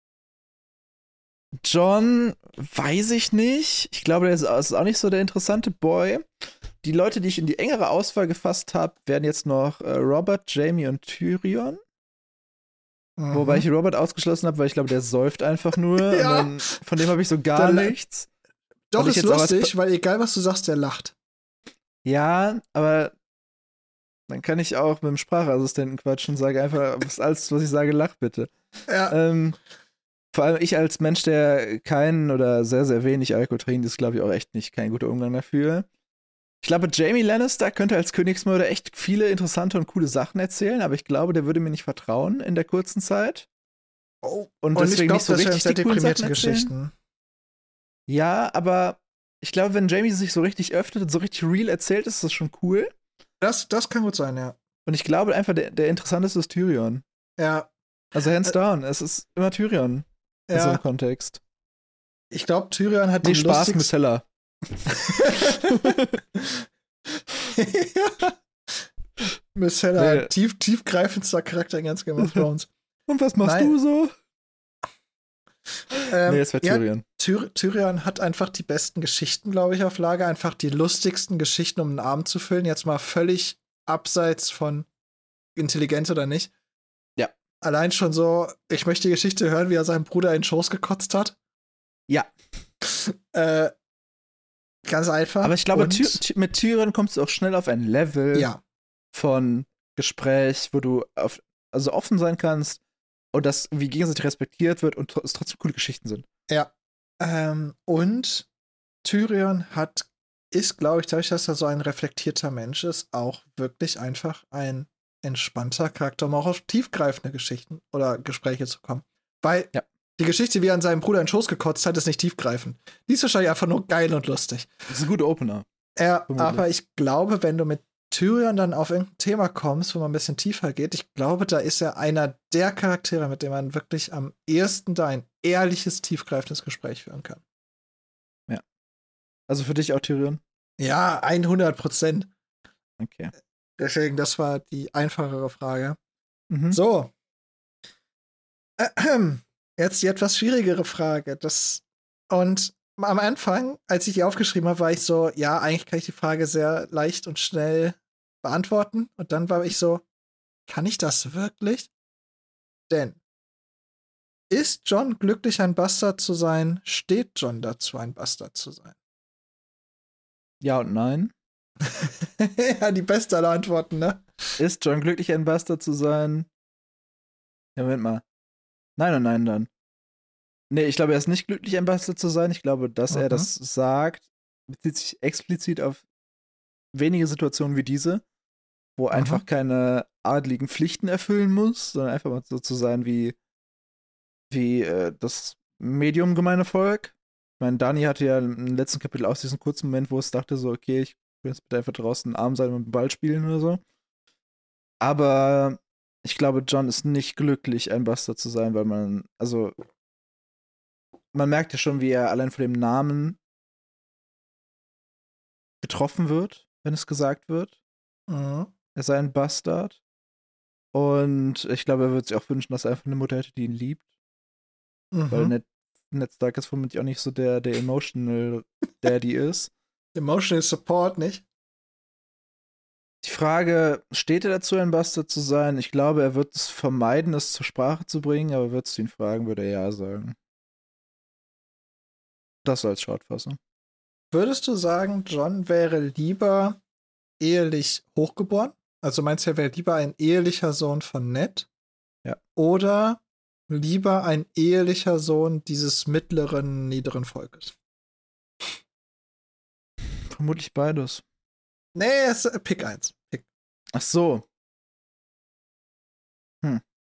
John, weiß ich nicht. Ich glaube, der ist, ist auch nicht so der interessante Boy. Die Leute, die ich in die engere Auswahl gefasst habe, wären jetzt noch äh, Robert, Jamie und Tyrion. Mhm. Wobei ich Robert ausgeschlossen habe, weil ich glaube, der säuft einfach nur. Ja. Und dann, von dem habe ich so gar Der- nichts. Doch, Und ich ist jetzt auch als lustig, weil egal, was du sagst, der lacht. Ja, aber dann kann ich auch mit dem Sprachassistenten quatschen und sage einfach, was alles, was ich sage, lach bitte. Ja. Ähm, vor allem ich als Mensch, der keinen oder sehr, sehr wenig Alkohol trinkt, ist, glaube ich, auch echt nicht kein guter Umgang dafür. Ich glaube, Jamie Lannister könnte als Königsmörder echt viele interessante und coole Sachen erzählen, aber ich glaube, der würde mir nicht vertrauen in der kurzen Zeit. Oh. Und, Und ich deswegen glaube, nicht so das wären richtig sehr die coolen deprimierte Sachen erzählen. Geschichten. Ja, aber ich glaube, wenn Jamie sich so richtig öffnet und so richtig real erzählt, ist das schon cool. Das, das kann gut sein, ja. Und ich glaube einfach, der, der interessanteste ist Tyrion. Ja. Also hands down, es ist immer Tyrion in so Ja. einem Kontext. Ich glaube, Tyrion hat Nee, die Spaß mit lustigste. Teller. Miss Heller, Nee. tief, tiefgreifendster Charakter in ganz Game of Thrones. Und was machst Nein. du so? ähm, Nee, es wäre ja, Tyrion. Tyr Tyrion hat einfach die besten Geschichten, glaube ich, auf Lager. Einfach die lustigsten Geschichten, um den Abend zu füllen. Jetzt mal völlig abseits von intelligent oder nicht. Ja. Allein schon so, ich möchte die Geschichte hören, wie er seinem Bruder in den Schoß gekotzt hat. Ja. Äh, ganz einfach. Aber ich glaube, Und, Ty Ty mit Tyrion kommst du auch schnell auf ein Level ja. von Gespräch, wo du auf, also offen sein kannst und das wie gegenseitig respektiert wird und tr es trotzdem coole Geschichten sind. Ja. Ähm, und Tyrion hat, ist, glaube ich, dadurch, dass er so ein reflektierter Mensch ist, auch wirklich einfach ein entspannter Charakter, um auch auf tiefgreifende Geschichten oder Gespräche zu kommen. Weil Ja. die Geschichte, wie er an seinem Bruder in den Schoß gekotzt hat, ist nicht tiefgreifend. Die ist wahrscheinlich einfach nur geil und lustig. Das ist ein guter Opener. Ja, Vermutlich. aber ich glaube, wenn du mit Tyrion dann auf irgendein Thema kommst, wo man ein bisschen tiefer geht, ich glaube, da ist er einer der Charaktere, mit dem man wirklich am ehesten da ein ehrliches, tiefgreifendes Gespräch führen kann. Also für dich auch Tyrion? Ja, hundert Prozent. Okay. Deswegen, das war die einfachere Frage. Mhm. So. Ahem. Jetzt die etwas schwierigere Frage. Das, und am Anfang, als ich die aufgeschrieben habe, war ich so, ja, eigentlich kann ich die Frage sehr leicht und schnell beantworten. Und dann war ich so, kann ich das wirklich? Denn Ist John glücklich, ein Bastard zu sein? Steht John dazu, ein Bastard zu sein? Ja und nein. Ja, die beste aller Antworten, ne? Ist John glücklich, ein Bastard zu sein? Ja, Moment mal. Nein und nein dann. Nee, ich glaube, er ist nicht glücklich, ein Bastard zu sein. Ich glaube, dass Mhm. er das sagt, bezieht sich explizit auf wenige Situationen wie diese, wo Mhm. einfach keine adligen Pflichten erfüllen muss, sondern einfach mal so zu sein wie, wie äh, das Medium gemeine Volk. Ich meine, Dani hatte ja im letzten Kapitel auch diesen kurzen Moment, wo es dachte so, okay, ich will jetzt bitte einfach draußen arm sein und mit dem Ball spielen oder so. Aber ich glaube, John ist nicht glücklich, ein Bastard zu sein, weil man, also, man merkt ja schon, wie er allein von dem Namen getroffen wird, wenn es gesagt wird. Mhm. Er sei ein Bastard. Und ich glaube, er würde sich auch wünschen, dass er einfach eine Mutter hätte, die ihn liebt. Weil Mhm. Ned, Ned Stark ist vermutlich auch nicht so der, der Emotional Daddy ist. Emotional Support, nicht? Die Frage, steht er dazu, ein Bastard zu sein? Ich glaube, er wird es vermeiden, es zur Sprache zu bringen, aber würdest du ihn fragen, würde er ja sagen. Das so als Shortfassung. Würdest du sagen, John wäre lieber ehelich hochgeboren? Also meinst du, er wäre lieber ein ehelicher Sohn von Ned? Ja. Oder lieber ein ehelicher Sohn dieses mittleren, niederen Volkes? Vermutlich beides. Nee, es, äh, pick eins. Pick. Ach so. Hm.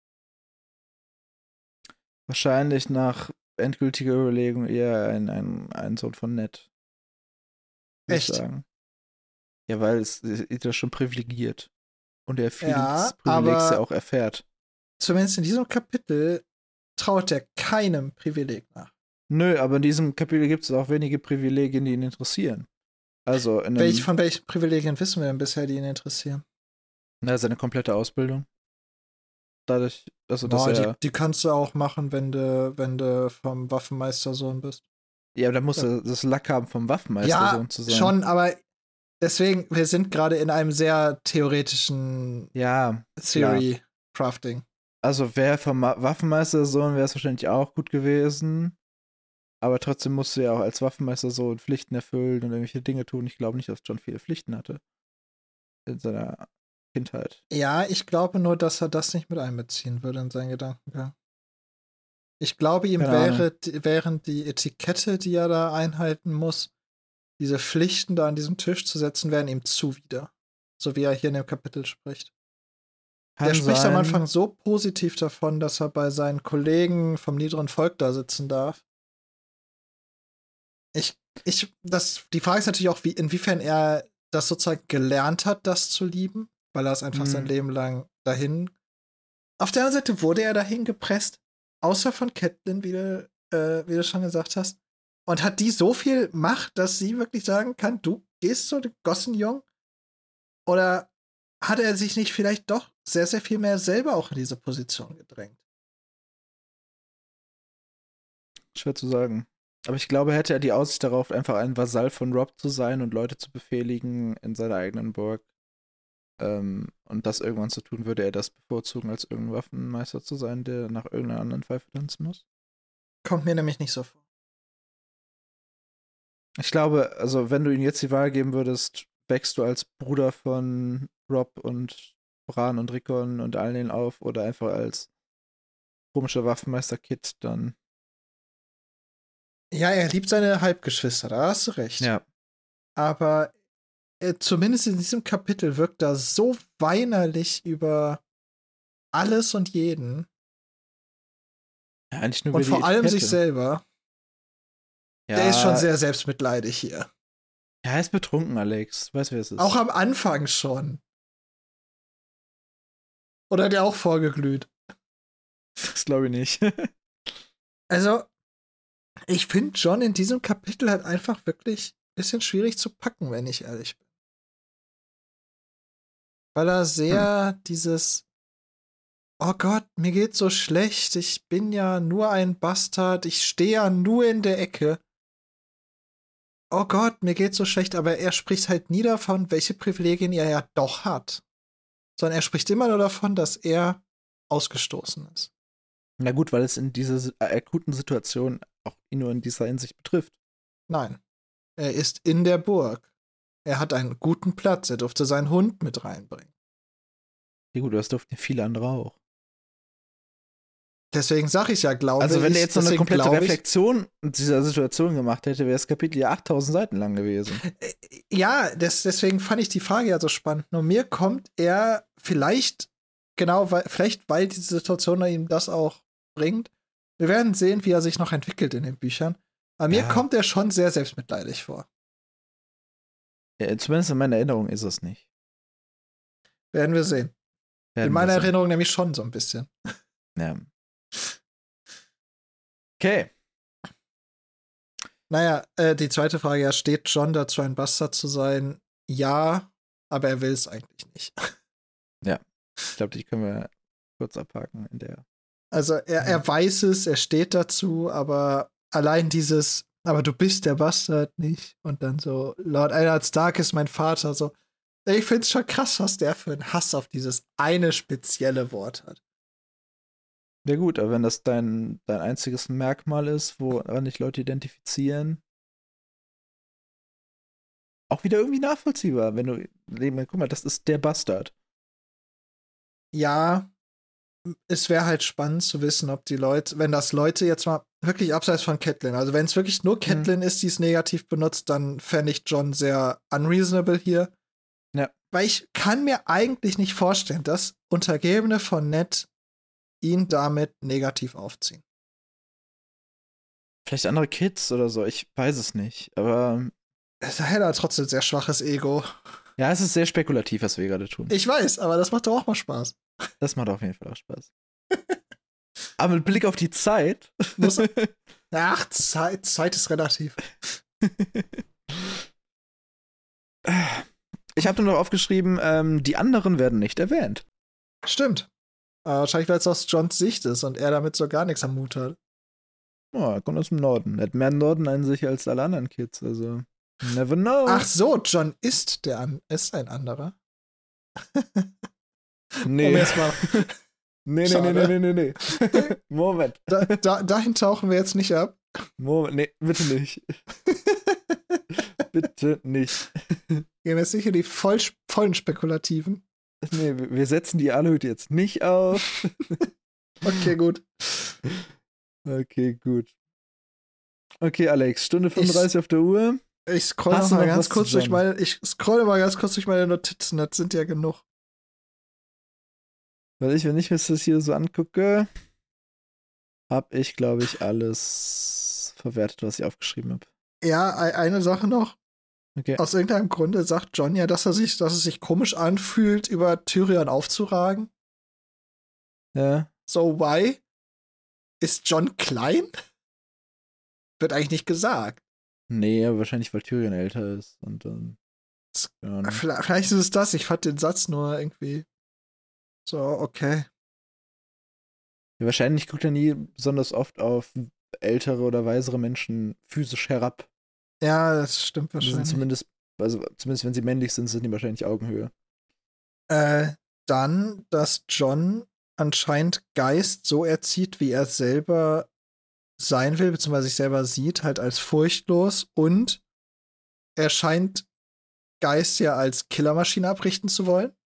Wahrscheinlich nach endgültiger Überlegung eher ein, ein, ein Sohn von Ned. Würde ich Echt? sagen. Ja, weil es ist ja schon privilegiert. Und er viel des Ja, Privilegs ja aber auch erfährt. zumindest in diesem Kapitel traut er keinem Privileg nach. Nö, aber in diesem Kapitel gibt es auch wenige Privilegien, die ihn interessieren. Also in Welch, einem, von welchen Privilegien wissen wir denn bisher, die ihn interessieren? na, seine komplette Ausbildung. Dadurch, also dass Boah, die, er, die kannst du auch machen, wenn du, wenn du vom Waffenmeistersohn bist. ja, da muss Ja, er das Lack haben, vom ja Waffenmeistersohn zu sein. schon, aber deswegen, wir sind gerade in einem sehr theoretischen Ja, klar. Theory-Crafting. Also wäre vom Ma- Waffenmeistersohn wäre es wahrscheinlich auch gut gewesen. Aber trotzdem musst du ja auch als Waffenmeistersohn Pflichten erfüllen und irgendwelche Dinge tun. Ich glaube nicht, dass John viele Pflichten hatte in seiner Kindheit. Ja, ich glaube nur, dass er das nicht mit einbeziehen würde in seinen Gedankengang. Ich glaube, ihm Keine Ahnung. wäre, wären die Etikette, die er da einhalten muss, diese Pflichten da an diesem Tisch zu setzen, wären ihm zuwider. So wie er hier in dem Kapitel spricht. Der Kann spricht am sein. Anfang so positiv davon, dass er bei seinen Kollegen vom niederen Volk da sitzen darf. Ich, ich, das, die Frage ist natürlich auch, wie, inwiefern er das sozusagen gelernt hat, das zu lieben, weil er es einfach sein Hm. Leben lang dahin. Auf der anderen Seite wurde er dahin gepresst, außer von Catelyn, wie du, äh, wie du schon gesagt hast. Und hat die so viel Macht, dass sie wirklich sagen kann, du gehst zu den Gossenjung? Oder hat er sich nicht vielleicht doch sehr, sehr viel mehr selber auch in diese Position gedrängt? Schwer zu sagen. Aber ich glaube, hätte er die Aussicht darauf, einfach ein Vasall von Rob zu sein und Leute zu befehligen in seiner eigenen Burg ähm, und das irgendwann zu tun, würde er das bevorzugen, als irgendein Waffenmeister zu sein, der nach irgendeiner anderen Pfeife tanzen muss. Kommt mir nämlich nicht so vor. Ich glaube, also wenn du ihm jetzt die Wahl geben würdest, wächst du als Bruder von Rob und Bran und Rickon und allen denen auf oder einfach als komischer Waffenmeister-Kid, dann Ja, er liebt seine Halbgeschwister, da hast du recht. ja. Aber äh, zumindest in diesem Kapitel wirkt er so weinerlich über alles und jeden. Ja, eigentlich nur Und über die vor allem sich Etikette. selber. Der ist schon Ja, sehr selbstmitleidig hier. ja, er ist betrunken, Alex. Weißt du, wer es ist? Auch am Anfang schon. Oder hat er auch vorgeglüht? Das glaube ich nicht. Also, ich finde John in diesem Kapitel halt einfach wirklich ein bisschen schwierig zu packen, wenn ich ehrlich bin. Weil er hm. sehr dieses Oh Gott, mir geht's so schlecht, ich bin ja nur ein Bastard, ich stehe ja nur in der Ecke. Oh Gott, mir geht's so schlecht, aber er spricht halt nie davon, welche Privilegien er ja doch hat. Sondern er spricht immer nur davon, dass er ausgestoßen ist. Na gut, weil es in dieser si- äh, akuten Situation auch ihn nur in dieser Hinsicht betrifft. Nein. Er ist in der Burg. Er hat einen guten Platz. Er durfte seinen Hund mit reinbringen. Ja gut, das durften ja viele andere auch. Deswegen sage ich ja, glaube ich. Also wenn der jetzt noch eine deswegen komplette glaube ich- Reflexion dieser Situation gemacht hätte, wäre das Kapitel ja achttausend Seiten lang gewesen. Äh, Ja, das, deswegen fand ich die Frage ja so spannend. Nur mir kommt er vielleicht, genau, weil, vielleicht weil diese Situation ihm das auch bringt. Wir werden sehen, wie er sich noch entwickelt in den Büchern. Aber mir Ja. kommt er schon sehr selbstmitleidig vor. Ja, zumindest in meiner Erinnerung ist es nicht. Werden wir sehen. Werden in meiner wir sehen. Erinnerung nämlich schon so ein bisschen. Ja. Okay. Naja, äh, die zweite Frage, ja, steht John dazu, ein Bastard zu sein? Ja, aber er will es eigentlich nicht. Ich glaube, die können wir kurz abhaken in der. Also er, er weiß es, er steht dazu, aber allein dieses, aber du bist der Bastard nicht. Und dann so, Lord Eddard Stark ist mein Vater. So, ich find's schon krass, was der für einen Hass auf dieses eine spezielle Wort hat. Ja gut, aber wenn das dein, dein einziges Merkmal ist, woran dich Leute identifizieren, auch wieder irgendwie nachvollziehbar, wenn du leben, guck mal, das ist der Bastard. Ja, es wäre halt spannend zu wissen, ob die Leute, wenn das Leute jetzt mal wirklich abseits von Catelyn, also wenn es wirklich nur Catelyn ist, die es negativ benutzt, dann fände ich John sehr unreasonable hier. Ja. Weil ich kann mir eigentlich nicht vorstellen, dass Untergebene von Ned ihn damit negativ aufziehen. Vielleicht andere Kids oder so, ich weiß es nicht. Aber Er hat halt trotzdem ein sehr schwaches Ego. ja, es ist sehr spekulativ, was wir gerade tun. Ich weiß, aber das macht doch auch mal Spaß. Das macht auf jeden Fall auch Spaß. Aber mit Blick auf die Zeit. Muss, ach, Zeit, Zeit ist relativ. Ich habe nur noch aufgeschrieben, ähm, die anderen werden nicht erwähnt. Stimmt. Aber wahrscheinlich, weil es aus Johns Sicht ist und er damit so gar nichts am Mut hat. Oh, er kommt aus dem Norden. Er hat mehr Norden an sich als alle anderen Kids, also never know. Ach so, John ist der an ist ein anderer. nee. Um jetzt mal, nee, nee, Schade. nee, nee, nee, nee. Moment. da, da, dahin tauchen wir jetzt nicht ab. Moment, nee, bitte nicht. Bitte nicht. Gehen wir jetzt nicht in die voll, vollen Spekulativen. Nee, wir wir setzen die Aluhüte jetzt nicht auf. Okay, gut. Okay, gut. Okay, Alex, Stunde fünfunddreißig auf der Uhr. Ich scrolle Hast noch du mal noch ganz was kurz durch zusammen? meine, ich scrolle mal ganz kurz durch meine Notizen, das sind ja genug. Weil ich, wenn ich mir das hier so angucke, habe ich, glaube ich, alles verwertet, was ich aufgeschrieben habe. Ja, e- eine Sache noch. Okay. Aus irgendeinem Grunde sagt John ja, dass er sich, dass es sich komisch anfühlt, über Tyrion aufzuragen. Ja. So, why? Ist John klein? Wird eigentlich nicht gesagt. Nee, aber wahrscheinlich, weil Tyrion älter ist und dann. Ja, ne? Vielleicht, vielleicht ist es das. Ich fand den Satz nur irgendwie so, okay. Ja, wahrscheinlich guckt er nie besonders oft auf ältere oder weisere Menschen physisch herab. Ja, das stimmt Die sind wahrscheinlich. zumindest, also zumindest wenn sie männlich sind, sind die wahrscheinlich Augenhöhe. Äh, dann, dass John anscheinend Geist so erzieht, wie er selber sein will, beziehungsweise sich selber sieht, halt als furchtlos und er scheint Geist ja als Killermaschine abrichten zu wollen.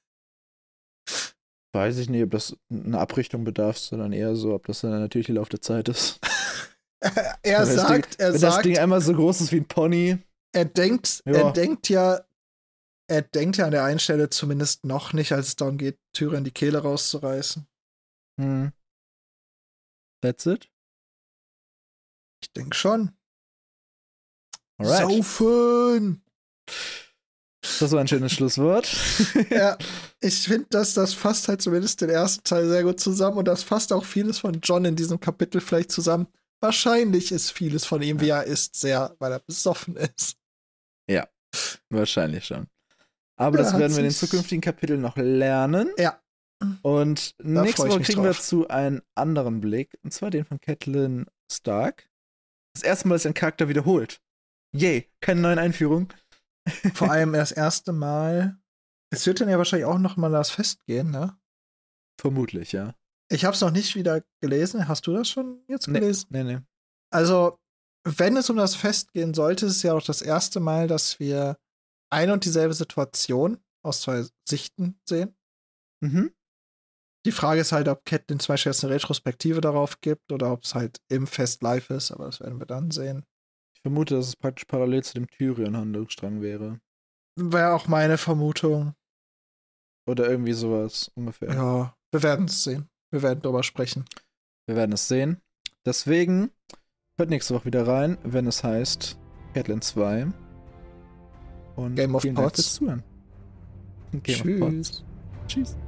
Weiß ich nicht, ob das eine Abrichtung bedarf, sondern eher so, ob das dann natürlich der Lauf der Zeit ist. er Wenn das sagt, Ding, er wenn sagt, das Ding einmal so groß ist wie ein Pony. er denkt, Ja. er denkt ja, er denkt ja an der einen Stelle zumindest noch nicht, als es darum geht, Tyrion die Kehle rauszureißen. Hm. That's it? Ich denke schon. Alright. Saufen! Das war ein schönes Schlusswort. Ja, ich finde, dass das fasst halt zumindest den ersten Teil sehr gut zusammen und das fasst auch vieles von John in diesem Kapitel vielleicht zusammen. Wahrscheinlich ist vieles von ihm, wie er ist, sehr, weil er besoffen ist. Ja, wahrscheinlich schon. Aber Ja, das hat werden wir in den sich- zukünftigen Kapiteln noch lernen. Ja. Und Da nächste freu ich Woche mich kriegen wir drauf. dazu einen anderen Blick, und zwar den von Catelyn Stark. Das erste Mal ist ein Charakter wiederholt. Yay, keine neuen Einführungen. Vor allem das erste Mal. Es wird dann ja wahrscheinlich auch noch mal das Fest gehen, ne? Vermutlich, ja. Ich habe es noch nicht wieder gelesen. Hast du das schon jetzt Nee, gelesen? nee, nee. Also, wenn es um das Fest gehen sollte, ist es ja auch das erste Mal, dass wir eine und dieselbe Situation aus zwei Sichten sehen. Mhm. Die Frage ist halt, ob Catelyn zum Beispiel jetzt eine Retrospektive darauf gibt oder ob es halt im Fest live ist, aber das werden wir dann sehen. Ich vermute, dass es praktisch parallel zu dem Tyrion-Handlungsstrang wäre. Wäre auch meine Vermutung. Oder irgendwie sowas ungefähr. Ja, wir werden es sehen. Wir werden drüber sprechen. Wir werden es sehen. Deswegen hört nächste Woche wieder rein, wenn es heißt Catelyn zwei. Und Game of vielen Dank Pots. fürs Zuhören. Game Tschüss. of Pots. Tschüss.